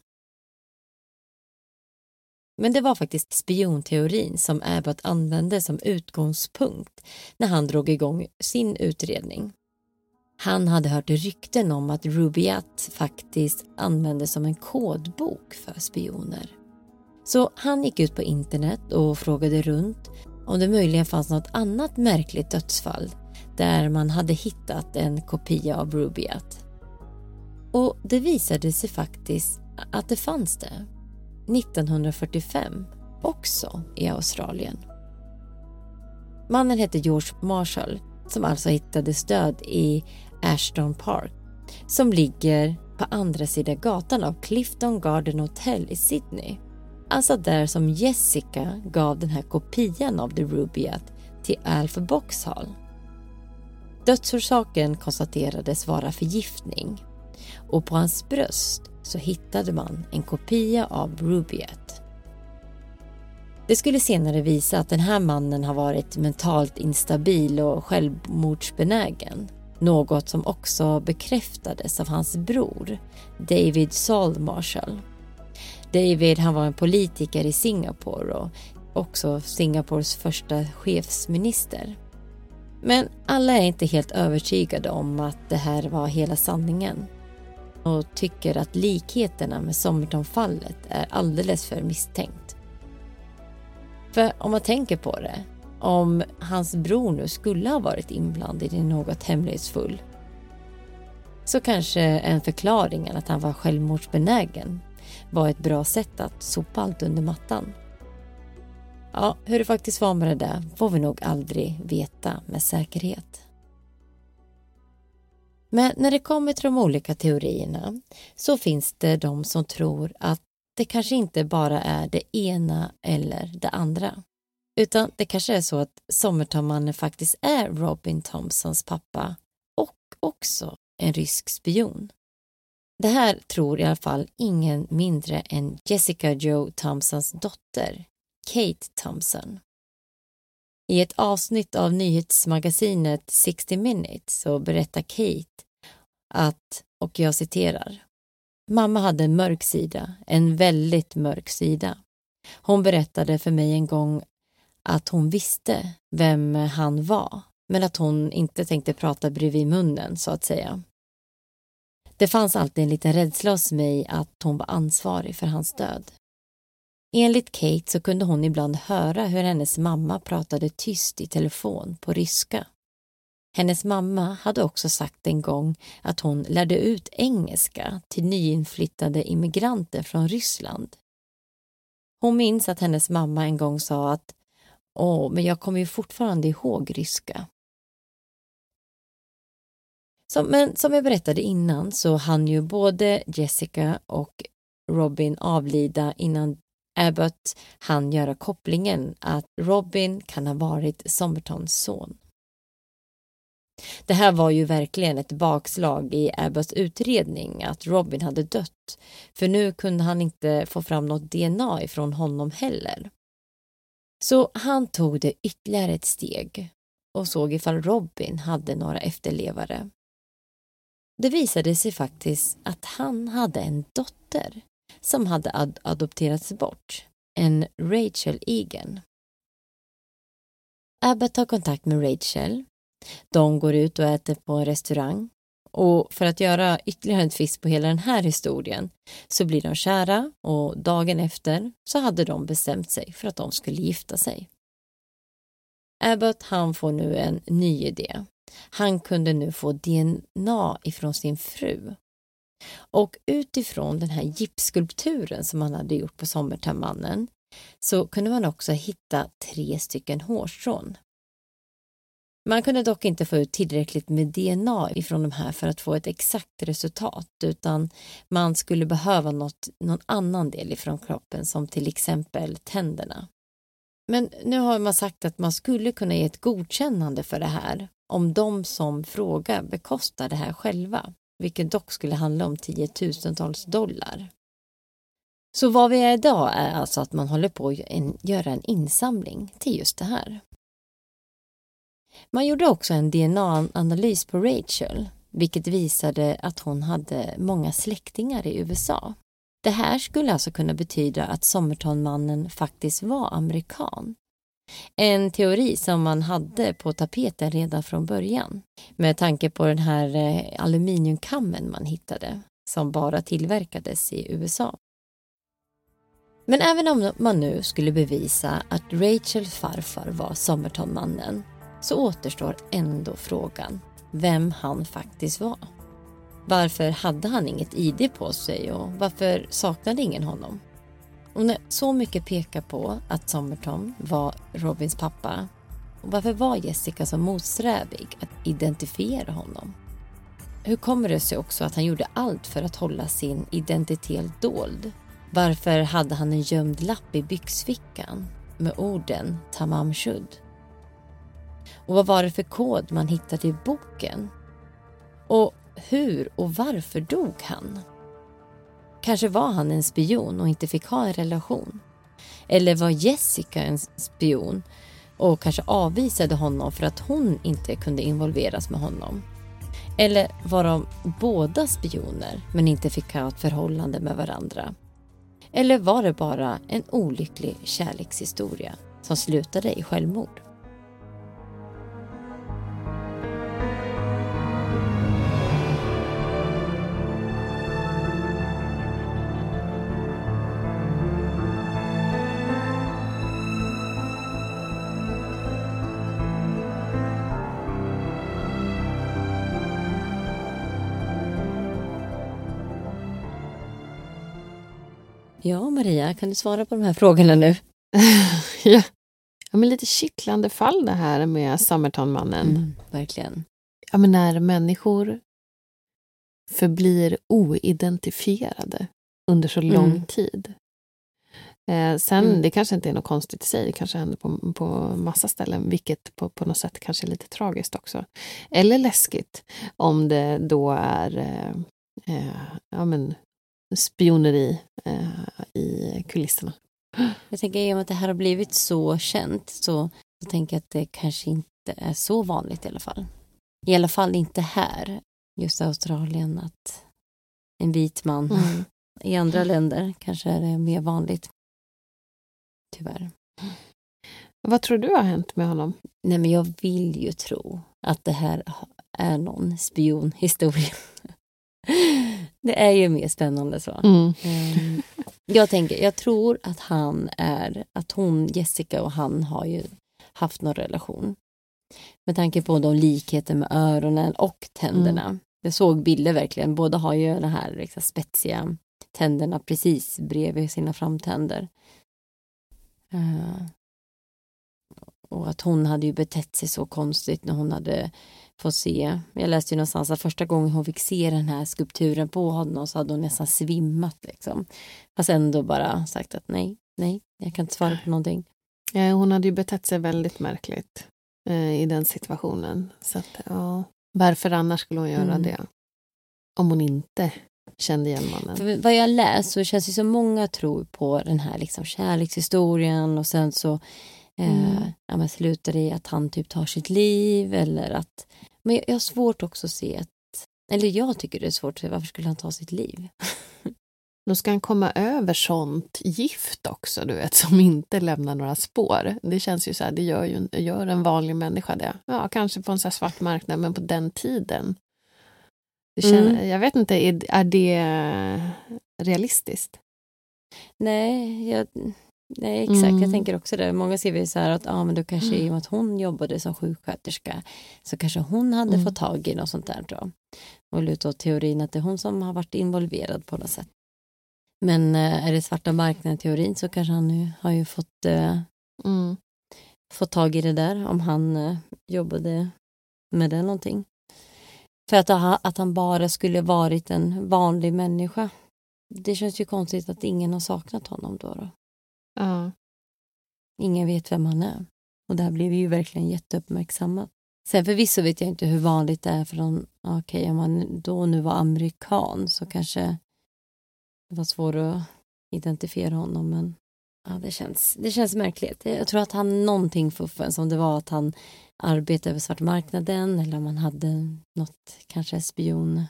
Men det var faktiskt spionteorin som Abbott använde som utgångspunkt när han drog igång sin utredning. Han hade hört rykten om att Rubaiyat faktiskt användes som en kodbok för spioner. Så han gick ut på internet och frågade runt om det möjligen fanns något annat märkligt dödsfall där man hade hittat en kopia av Rubaiyat. Och det visade sig faktiskt att det fanns det. 1945, också i Australien. Mannen hette George Marshall, som alltså hittades död i Ashton Park, som ligger på andra sidan gatan av Clifton Garden Hotel i Sydney. Alltså där som Jessica gav den här kopian av The Rubaiyat till Alf Boxhall. Dödsorsaken konstaterades vara förgiftning, och på hans bröst så hittade man en kopia av Rubaiyat. Det skulle senare visa att den här mannen har varit mentalt instabil och självmordsbenägen. Något som också bekräftades av hans bror, David Saul Marshall. David, han var en politiker i Singapore och också Singapores första chefsminister. Men alla är inte helt övertygade om att det här var hela sanningen och tycker att likheterna med Somerton-fallet är alldeles för misstänkt. För om man tänker på det, om hans bror nu skulle ha varit inblandad i något hemlighetsfull, så kanske en förklaring att han var självmordsbenägen var ett bra sätt att sopa allt under mattan. Ja, hur det faktiskt var med det där får vi nog aldrig veta med säkerhet. Men när det kommer till de olika teorierna så finns det de som tror att det kanske inte bara är det ena eller det andra. Utan det kanske är så att Somertonmannen faktiskt är Robin Thompsons pappa och också en rysk spion. Det här tror i alla fall ingen mindre än Jessica Jo Thompsons dotter, Kate Thompson. I ett avsnitt av nyhetsmagasinet 60 Minutes så berättar Kate att, och jag citerar, mamma hade en mörk sida, en väldigt mörk sida. Hon berättade för mig en gång att hon visste vem han var, men att hon inte tänkte prata bredvid munnen så att säga. Det fanns alltid en liten rädsla hos mig att hon var ansvarig för hans död. Enligt Kate så kunde hon ibland höra hur hennes mamma pratade tyst i telefon på ryska. Hennes mamma hade också sagt en gång att hon lärde ut engelska till nyinflyttade immigranter från Ryssland. Hon minns att hennes mamma en gång sa att men jag kommer ju fortfarande ihåg ryska. Men som jag berättade innan så hann ju både Jessica och Robin avlida innan Abbott hann göra kopplingen att Robin kan ha varit Somertons son. Det här var ju verkligen ett bakslag i Abbotts utredning att Robin hade dött, för nu kunde han inte få fram något DNA ifrån honom heller. Så han tog det ytterligare ett steg och såg ifall Robin hade några efterlevare. Det visade sig faktiskt att han hade en dotter som hade adopterats bort, en Rachel Egan. Abbott tar kontakt med Rachel. De går ut och äter på en restaurang. Och för att göra ytterligare en twist på hela den här historien så blir de kära och dagen efter så hade de bestämt sig för att de skulle gifta sig. Abbott han får nu en ny idé. Han kunde nu få DNA ifrån sin fru. Och utifrån den här gipsskulpturen som han hade gjort på Somertonmannen så kunde man också hitta 3 stycken hårstrån. Man kunde dock inte få ut tillräckligt med DNA ifrån de här för att få ett exakt resultat, utan man skulle behöva någon annan del ifrån kroppen som till exempel tänderna. Men nu har man sagt att man skulle kunna ge ett godkännande för det här om de som frågar bekostar det här själva, vilket dock skulle handla om $10,000. Så vad vi är idag är alltså att man håller på att göra en insamling till just det här. Man gjorde också en DNA-analys på Rachel, vilket visade att hon hade många släktingar i USA. Det här skulle alltså kunna betyda att Somertonmannen faktiskt var amerikan. En teori som man hade på tapeten redan från början, med tanke på den här aluminiumkammen man hittade, som bara tillverkades i USA. Men även om man nu skulle bevisa att Rachels farfar var Somertonmannen, så återstår ändå frågan vem han faktiskt var. Varför hade han inget ID på sig och varför saknade ingen honom? Och när så mycket pekar på att Somerton var Robins pappa, och varför var Jessica så motsträvig att identifiera honom? Hur kommer det sig också att han gjorde allt för att hålla sin identitet dold? Varför hade han en gömd lapp i byxfickan med orden Tamam Shud? Och vad var det för kod man hittade i boken? Och hur och varför dog han? Kanske var han en spion och inte fick ha en relation. Eller var Jessica en spion och kanske avvisade honom för att hon inte kunde involveras med honom. Eller var de båda spioner men inte fick ha ett förhållande med varandra. Eller var det bara en olycklig kärlekshistoria som slutade i självmord? Ja, Maria, kan du svara på de här frågorna nu? Ja, Ja, men lite kittlande fall det här med Somerton-mannen. Verkligen. Ja, men när människor förblir oidentifierade under så lång tid. Sen, det kanske inte är något konstigt i sig. Det kanske händer på massa ställen. Vilket på något sätt kanske är lite tragiskt också. Eller läskigt. Om det då är spioneri i kulisserna. Jag tänker i och med att det här har blivit så känt så tänker jag att det kanske inte är så vanligt i alla fall. I alla fall inte här, just Australien, att en vit man. I andra länder kanske är det mer vanligt. Tyvärr. Vad tror du har hänt med honom? Nej, men jag vill ju tro att det här är någon spionhistoria. Det är ju mer spännande så. Jag tror att Jessica och han har ju haft någon relation. Med tanke på de likheter med öronen och tänderna. Jag såg bilder verkligen. Båda har ju den här liksom spetsiga tänderna precis bredvid sina framtänder. Och att hon hade ju betett sig så konstigt när hon hade fått se. Jag läste ju någonstans att första gången hon fick se den här skulpturen på honom så hade hon nästan svimmat liksom. Fast ändå bara sagt att nej, jag kan inte svara på någonting. Ja, hon hade ju betett sig väldigt märkligt i den situationen. Så att, ja, varför annars skulle hon göra det? Om hon inte kände igen mannen. För vad jag läst så känns det så många tror på den här liksom kärlekshistorien och sen så man slutar i att han typ tar sitt liv eller att, men jag har svårt också att se jag tycker det är svårt att se varför skulle han ta sitt liv. Då ska han komma över sånt gift också, du vet, som inte lämnar några spår. Det känns ju så här, det gör en vanlig människa det. Ja, kanske på en så här svart marknad, men på den tiden. Jag vet inte, är det realistiskt? Nej, exakt. Jag tänker också det. Många ser ju så här att men då kanske i och med att hon jobbade som sjuksköterska så kanske hon hade fått tag i något sånt där då. Och luta åt teorin att det är hon som har varit involverad på något sätt. Men är det svarta marknaden teorin så kanske han nu har ju fått tag i det där om han jobbade med det någonting. För att han bara skulle varit en vanlig människa. Det känns ju konstigt att ingen har saknat honom då. Ja. Ingen vet vem han är. Och det här blev ju verkligen jätteuppmärksammat. Sen förvisso vet jag inte hur vanligt det är för om man då nu var amerikan så kanske det var svårt att identifiera honom. Men ja, det känns märkligt. Jag tror att han någonting fuffens om det var att han arbetade över svartmarknaden eller om man hade något kanske spion.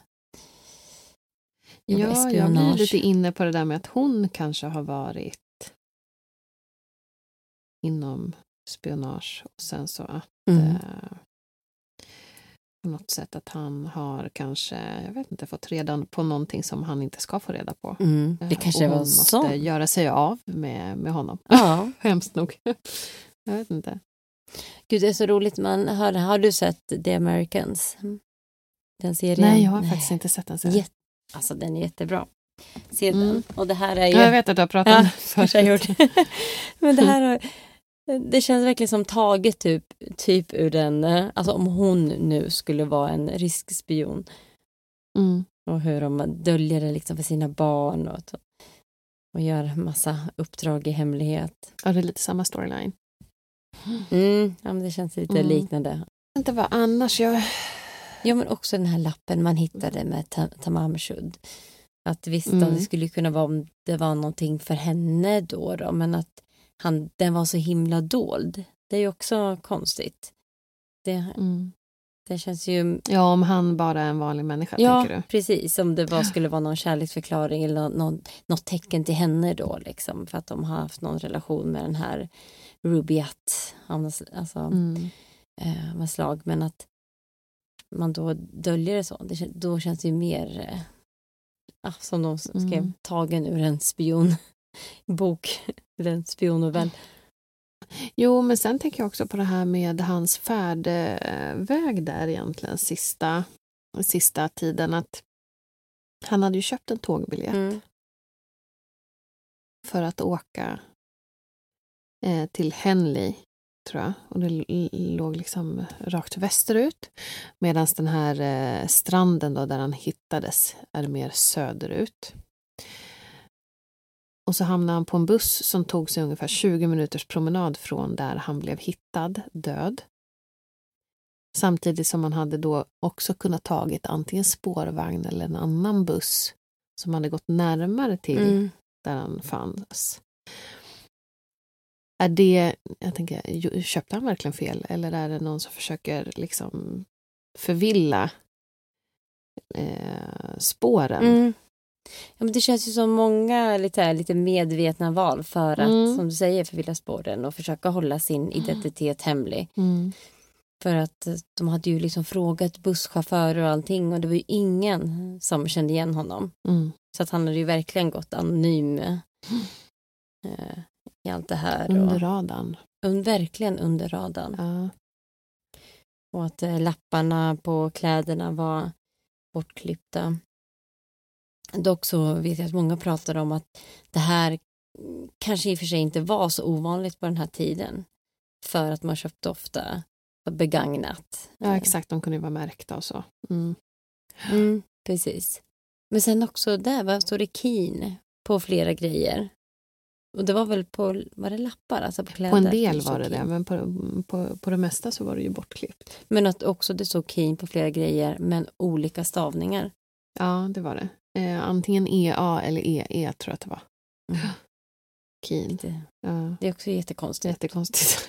Ja, jag blir lite inne på det där med att hon kanske har varit inom spionage och sen så att på något sätt att han har kanske, jag vet inte, fått reda på någonting som han inte ska få reda på. Det kanske och var hon så. måste göra sig av med honom. Ja. Hemskt nog. Jag vet inte. Gud, det är så roligt. Har du sett The Americans? Den serien? Nej, jag har faktiskt inte sett den serien. Alltså den är jättebra. Se den. Och det här är ju... Jag vet att du har pratat om det först. Men det här det känns verkligen som taget typ ur den, alltså om hon nu skulle vara en riskspion. Och hur de döljer det liksom för sina barn och gör massa uppdrag i hemlighet. Ja, det är lite samma storyline. Ja, men det känns lite liknande. Jag vet inte vad annars Ja, men också den här lappen man hittade med Tamam Shud. Att visst, det skulle kunna vara om det var någonting för henne då men att den var så himla dold. Det är ju också konstigt. Det känns ju... Ja, om han bara är en vanlig människa, tänker du? Ja, precis. Om det skulle vara någon kärleksförklaring eller något tecken till henne då, liksom. För att de har haft någon relation med den här Rubiat. Alltså, med slag. Men att man då döljer det så. Då känns det ju mer som de skrev tagen ur en spionbok. Eller en spionnovell. Jo, men sen tänker jag också på det här med hans färdväg där egentligen sista tiden, att han hade ju köpt en tågbiljett för att åka till Henley tror jag. Och det låg liksom rakt västerut. Medan den här stranden då, där han hittades är mer söderut. Och så hamnade han på en buss som tog sig ungefär 20 minuters promenad från där han blev hittad död. Samtidigt som man hade då också kunnat tagit antingen spårvagn eller en annan buss som hade gått närmare till där han fanns. Är det, jag tänker, köpte han verkligen fel? Eller är det någon som försöker liksom förvilla spåren? Ja, men det känns ju som många lite medvetna val för att, som du säger, förvilla spåren och försöka hålla sin identitet hemlig. För att de hade ju liksom frågat busschaufförer och allting och det var ju ingen som kände igen honom. Så att han hade ju verkligen gått anonym i allt det här. Under radarn. Verkligen under radarn. Ja. Och att lapparna på kläderna var bortklippta. Dock så vet jag att många pratar om att det här kanske i och för sig inte var så ovanligt på den här tiden. För att man köpte ofta begagnat. Ja, exakt. De kunde ju vara märkta och så. Precis. Men sen också där står det Keen på flera grejer. Och det var väl var det lappar? Alltså på kläder. På en del var det, men på det mesta så var det ju bortklippt. Men att också det stod Keen på flera grejer, men olika stavningar. Ja, det var det. Antingen EA eller EE tror jag att det var. Keen. Det är också jättekonstigt. Jättekonstigt.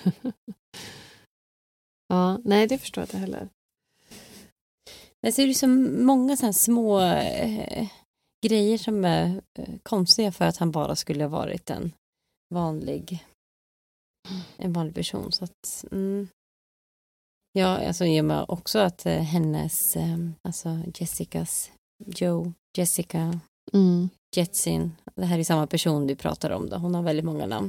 Ja, nej, det förstår jag inte heller. Det ser ju som många sådana små grejer som är konstiga för att han bara skulle ha varit en vanlig person. Så att, ja, alltså i och med också att hennes, alltså Jessica Jetsin, det här är samma person du pratar om då. Hon har väldigt många namn.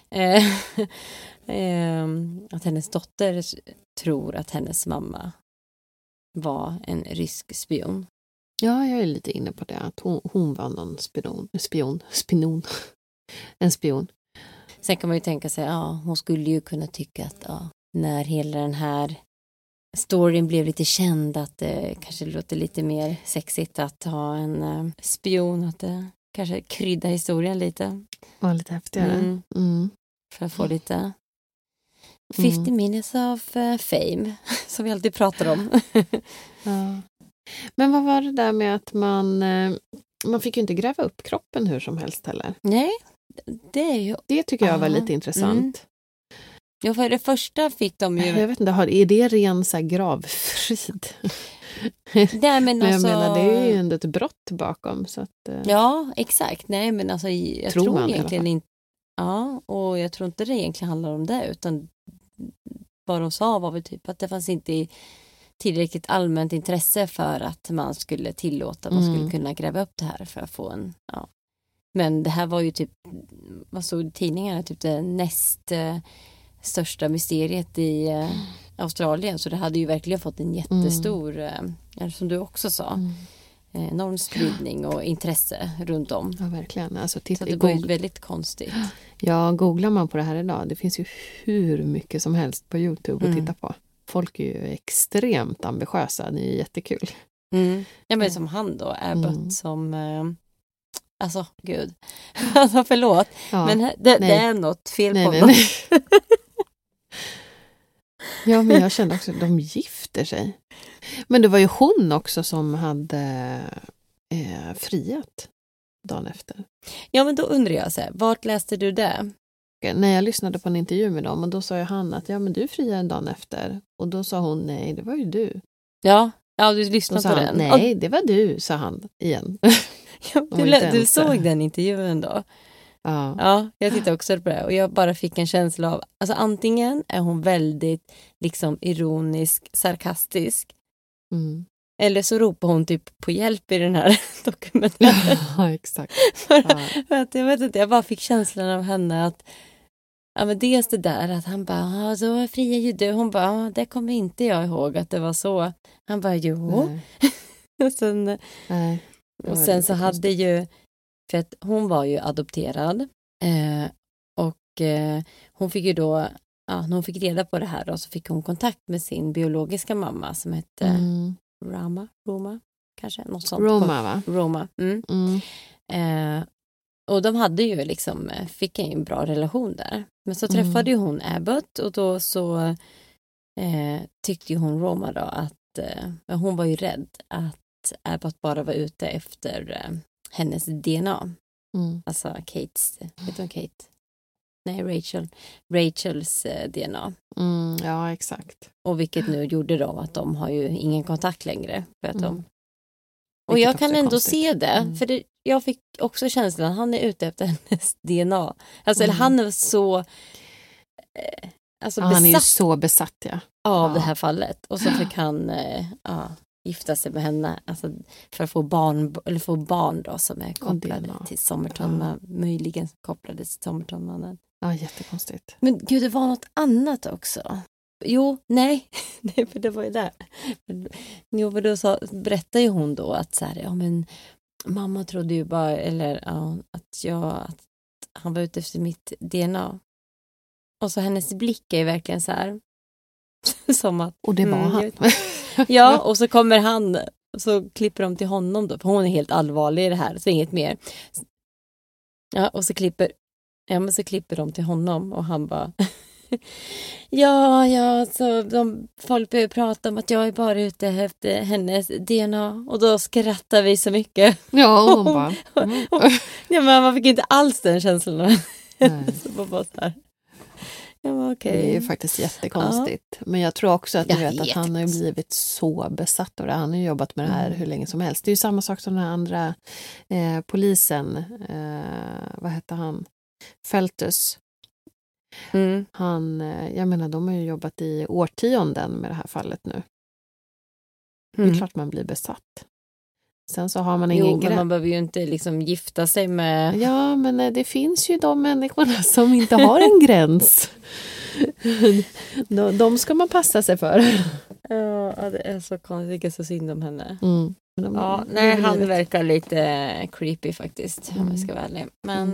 Att hennes dotter tror att hennes mamma var en rysk spion. Ja, jag är lite inne på det. Att hon var någon en spion. Sen kan man ju tänka sig, hon skulle ju kunna tycka att när hela den här storyn blev lite känd, att det kanske låter lite mer sexigt att ha en spion, att det kanske krydda historien lite. Ja, lite häftigare. För att få lite 50 minutes of fame, som vi alltid pratar om. Ja. Men vad var det där med att man fick ju inte gräva upp kroppen hur som helst heller? Nej, det tycker jag var lite intressant. Ja, för det första fick de ju... Jag vet inte, är det ren så här gravfrid? Nej, men jag alltså... menar, det är ju ändå ett brott bakom. Så att, ja, exakt. Nej, men alltså jag tror egentligen inte... Ja, och jag tror inte det egentligen handlar om det, utan vad de sa var väl typ att det fanns inte tillräckligt allmänt intresse för att man skulle tillåta, man skulle kunna gräva upp det här för att få en... Ja. Men det här var ju typ, vad stod i tidningarna, typ det näst största mysteriet i Australien, så det hade ju verkligen fått en jättestor, som du också sa, enorm spridning och intresse runt om. Ja, verkligen. Alltså, så det var ju väldigt konstigt. Ja, googlar man på det här idag, det finns ju hur mycket som helst på YouTube att titta på. Folk är ju extremt ambitiösa, det är jättekul. Ja, men som han då, Abbott, som... Alltså, gud. Alltså, förlåt. Ja, men det är något fel på honom. Ja, men jag kände också att de gifter sig. Men det var ju hon också som hade friat dagen efter. Ja, men då undrar jag så här, vart läste du det? När jag lyssnade på en intervju med dem, och då sa ju han att men du friade dagen efter. Och då sa hon, nej, det var ju du. Ja du lyssnade på den. Nej, det var du, sa han igen. Ja, du såg den intervjun då? Ja, jag tittade också på det och jag bara fick en känsla av, alltså antingen är hon väldigt liksom ironisk, sarkastisk, eller så ropar hon typ på hjälp i den här dokumentären. Ja, exakt. Jag vet inte, jag bara fick känslan av henne att men dels det där att han bara, så friar ju du. Hon bara, det kommer inte jag ihåg att det var så. Han bara, jo. Och sen... Nej. Och sen så hade ju, för att hon var ju adopterad och hon fick ju då när hon fick reda på det här då, så fick hon kontakt med sin biologiska mamma som hette Roma kanske, något sånt. Roma, va? Roma. Och de hade ju liksom, fick en bra relation där. Men så träffade ju hon Abbott, och då så tyckte ju hon Roma då att hon var ju rädd att Abbott bara var ute efter hennes DNA. Alltså heter hon Kate? Nej, Rachels DNA. Ja, exakt. Och vilket nu gjorde då att de har ju ingen kontakt längre. För att och jag kan ändå se det. För jag fick också känslan att han är ute efter hennes DNA. Alltså, eller han är så han är ju så besatt, av det här fallet. Och så fick han gifta sig med henne. Alltså, för att få barn då, som är kopplade till Somerton. Möjligen kopplade till Somerton-mannen. Ja, jättekonstigt. Men gud, det var något annat också. Jo, nej, för det var ju där. Jo, för då berättade ju hon då att så här, men mamma trodde ju bara, att han var ute efter mitt DNA. Och så hennes blick är ju verkligen så här, som att... Och det var han. Ja, och så kommer han, så klipper de till honom då, för hon är helt allvarlig i det här, så inget mer. Ja, och så klipper de till honom, och han bara... så folk börjar prata om att jag är bara ute efter hennes DNA, och då skrattar vi så mycket. Ja, och hon bara... Ja, men man fick inte alls den känslan. Så bara så här. Ja, okay. Det är ju faktiskt jättekonstigt. Men jag tror också att att han har blivit så besatt av det. Han har jobbat med det här hur länge som helst. Det är ju samma sak som den andra polisen. Vad hette han? Feltus. Han, jag menar, de har ju jobbat i årtionden med det här fallet nu. Det är klart man blir besatt. Sen så har man ingen men man behöver ju inte liksom gifta sig med... Ja, men det finns ju de människorna som inte har en gräns. De ska man passa sig för. Ja, det är så konstigt. Det är så synd om henne. Han verkar lite creepy faktiskt, om jag ska vara ärlig. Men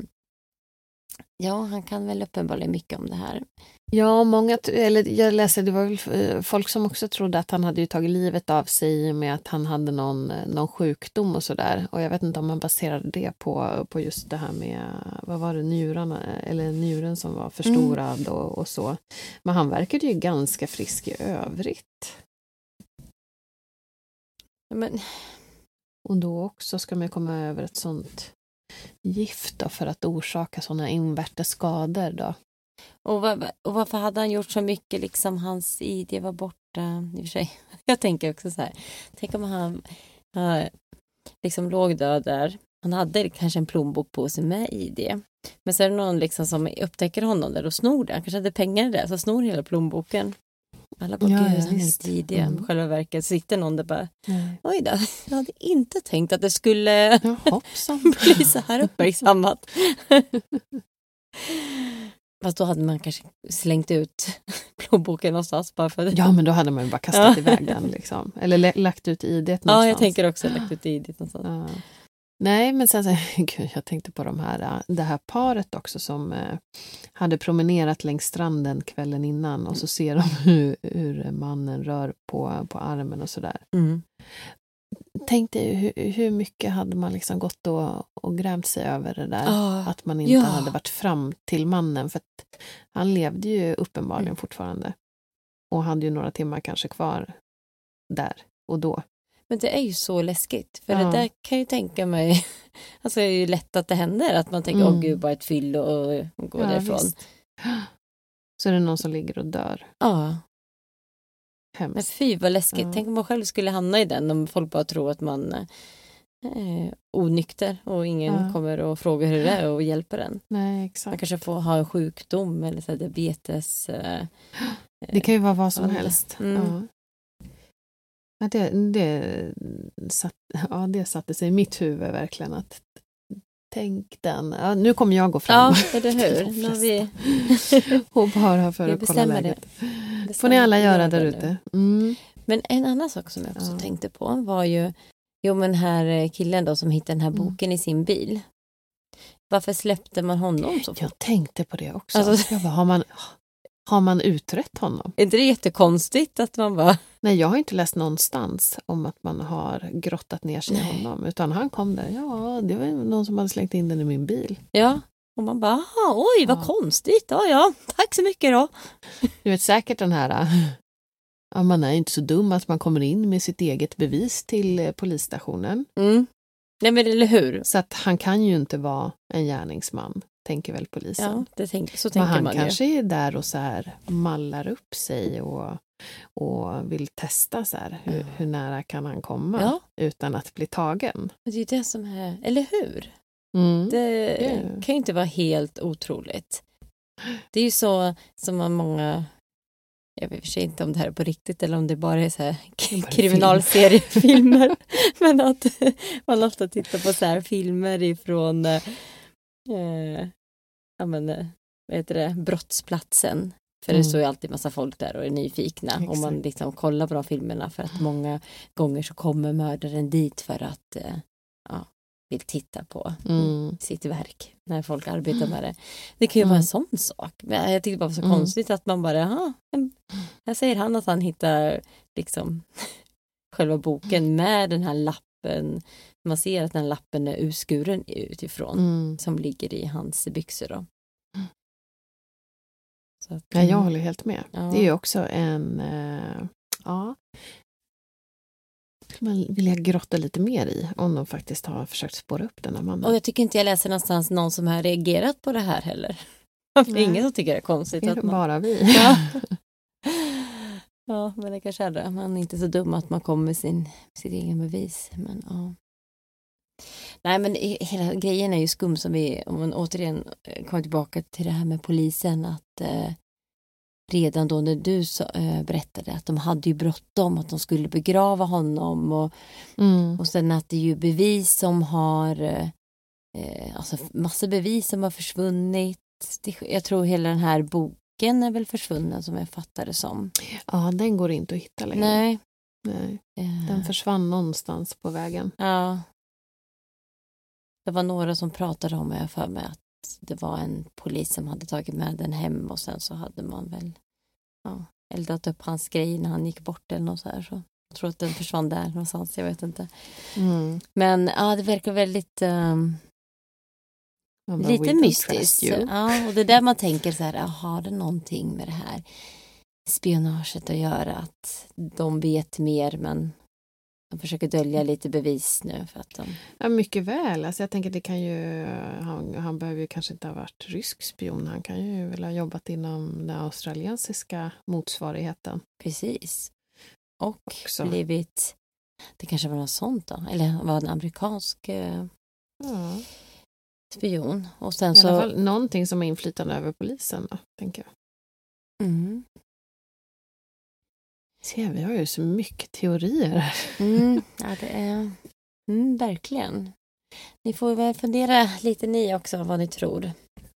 han kan väl uppenbarligen mycket om det här. Ja, jag läste, det var väl folk som också trodde att han hade ju tagit livet av sig med att han hade någon sjukdom och sådär. Och jag vet inte om man baserade det på just det här med, vad var det, njuren som var förstorad och så. Men han verkade ju ganska frisk i övrigt. Men... Och då också ska man komma över ett sånt gift då, för att orsaka sådana invärtes skador då. Och varför hade han gjort så mycket, liksom hans ID var borta i och för sig. Jag tänker också så här, tänk om han liksom låg död där. Han hade kanske en plånbok på sig med ID. Men så är det någon liksom som upptäcker honom där och snor det. Han kanske hade pengar där, så snor hela plånboken. Alla bara, gud, han är inte ID. Själva verket sitter någon där bara, oj då, jag hade inte tänkt att det skulle bli så här uppmärksammat. Fast då hade man kanske slängt ut plånboken någonstans. Bara för... Ja, men då hade man ju bara kastat iväg den. Liksom. Eller lagt ut ID någonstans. Ja, jag tänker också lagt ut ID någonstans. Ja. Nej, men sen gud, jag tänkte på det här paret också som hade promenerat längs stranden kvällen innan, och så ser de hur mannen rör på armen och sådär. Tänk dig hur mycket hade man liksom gått och grämt sig över det där, att man inte hade varit fram till mannen, för att han levde ju uppenbarligen fortfarande och hade ju några timmar kanske kvar där och då. Men det är ju så läskigt, för det där kan ju tänka mig, alltså det är ju lätt att det händer, att man tänker, åh gud, bara ett fyll och gå därifrån. Visst. Så är det någon som ligger och dör. Ja. Hemskt. Men fy, vad läskigt. Tänk om man själv skulle hamna i den, om folk bara tror att man är onykter och ingen kommer och frågar hur det är och hjälper en. Nej, exakt. Man kanske får ha en sjukdom eller så här diabetes. Det kan ju vara vad som helst. Ja, det satte sig i mitt huvud verkligen, att tänk den. Ja, nu kommer jag gå fram. Ja, är det hur? Vi... och bara för att kolla läget. Får ni alla göra där ute. Men en annan sak som jag också tänkte på var ju, men här killen då som hittade den här boken i sin bil. Varför släppte man honom så fort? Jag tänkte på det också. Alltså, jag bara, Har man utrett honom? Är inte det jättekonstigt att man bara... Nej, jag har inte läst någonstans om att man har grottat ner sig i honom. Utan han kom där, ja, det var någon som hade slängt in den i min bil. Ja, och man bara, oj vad konstigt. Ja, tack så mycket då. Du vet säkert den här, ja, man är inte så dum att man kommer in med sitt eget bevis till polisstationen. Mm. Nej men eller hur? Så att han kan ju inte vara en gärningsman, tänker väl polisen. Ja, så tänker han man kanske är där och så här mallar upp sig och vill testa så här, hur nära kan han komma utan att bli tagen. Det är ju det som är, eller hur? Det kan ju inte vara helt otroligt. Det är ju så som många, jag vet för sig inte om det här är på riktigt eller om det bara är så här kriminalseriefilmer. Men att man ofta tittar på så här filmer ifrån vad heter det, brottsplatsen. För det står ju alltid massa folk där och är nyfikna. Exakt. Och man liksom kollar på de filmerna för att många gånger så kommer mördaren dit för att vill titta på sitt verk när folk arbetar med det. Det kan ju vara en sån sak. Men jag tycker bara så konstigt att man bara, här säger han att han hittar liksom själva boken med den här lappen. Man ser att den lappen är urskuren utifrån som ligger i hans byxor då. Så att, jag håller helt med. Ja. Det är ju också en man vill jag grotta lite mer i om de faktiskt har försökt spåra upp den här mannen. Och jag tycker inte jag läser någonstans någon som har reagerat på det här heller. Det är ingen som tycker det är konstigt. Det är att man... bara vi. Ja, men det kanske är man är inte så dum att man kommer med sitt egen bevis. Men nej, men hela grejen är ju skum som om man återigen kommer tillbaka till det här med polisen att redan då när du berättade att de hade ju bråttom att de skulle begrava honom och sen att det är ju bevis som har alltså massa bevis som har försvunnit. Jag tror hela den här boken är väl försvunnen som jag fattar det som. Ja, den går inte att hitta längre. Nej. Den försvann någonstans på vägen. Ja. Det var några som pratade om, jag för mig, att det var en polis som hade tagit med den hem och sen så hade man väl eldat upp hans grej när han gick bort eller något så här. Så jag tror att den försvann där någonstans, jag vet inte. Men det verkar väldigt lite mystiskt. Ja, och det är där man tänker så här, har det någonting med det här spionaget att göra? Att de vet mer men de försöker dölja lite bevis nu för att de... Ja, mycket väl. Alltså jag tänker det kan ju... Han behöver ju kanske inte ha varit rysk spion. Han kan ju väl ha jobbat inom den australiensiska motsvarigheten. Precis. Och också blivit... Det kanske var något sånt då. Eller var en amerikansk spion. Och sen i alla fall någonting som är inflytande över polisen då, tänker jag. Se, vi har ju så mycket teorier. Ja, det är verkligen. Ni får väl fundera lite ni också vad ni tror.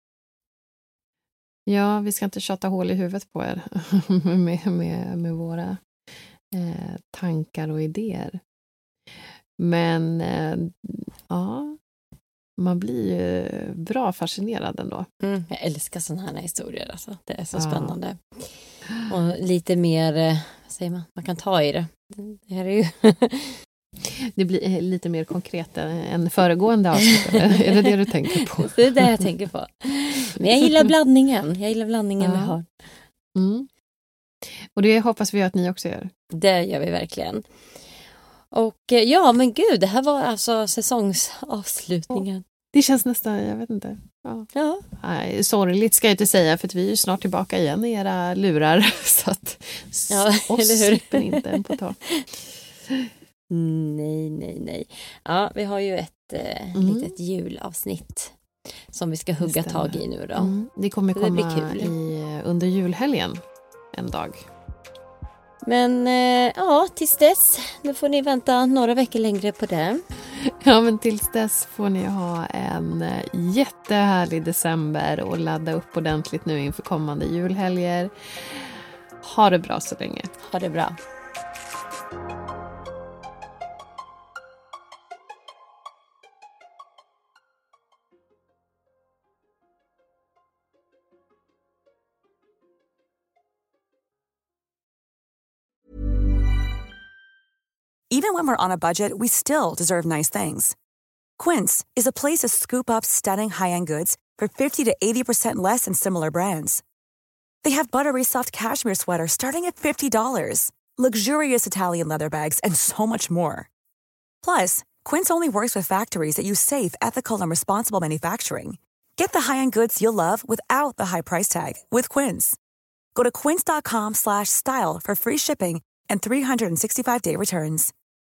Ja, vi ska inte tjata hål i huvudet på er med våra tankar och idéer. Men man blir ju bra fascinerad ändå. Jag älskar sådana här historier. Alltså. Det är så spännande. Och lite mer, vad säger man? Man kan ta i det. Det här är ju... Det blir lite mer konkret än föregående avsnitt. Är det du tänker på? Det är det jag tänker på. Men jag gillar blandningen. Vi har. Och det hoppas vi att ni också gör. Det gör vi verkligen. Och men gud, det här var alltså säsongsavslutningen. Det känns nästan, jag vet inte. Ja. Nej, sorgligt ska jag inte säga, för att vi är ju snart tillbaka igen i era lurar. Så att oss slipper inte en på tag. Nej. Ja, vi har ju ett litet julavsnitt som vi ska hugga tag i nu då. Det kommer komma under julhelgen en dag. Men tills dess, nu får ni vänta några veckor längre på det. Ja, men tills dess får ni ha en jättehärlig december och ladda upp ordentligt nu inför kommande julhelger. Ha det bra så länge. Ha det bra. Even when we're on a budget, we still deserve nice things. Quince is a place to scoop up stunning high-end goods for 50 to 80% less than similar brands. They have buttery soft cashmere sweaters starting at $50, luxurious Italian leather bags, and so much more. Plus, Quince only works with factories that use safe, ethical, and responsible manufacturing. Get the high-end goods you'll love without the high price tag with Quince. Go to quince.com/style for free shipping and 365-day returns.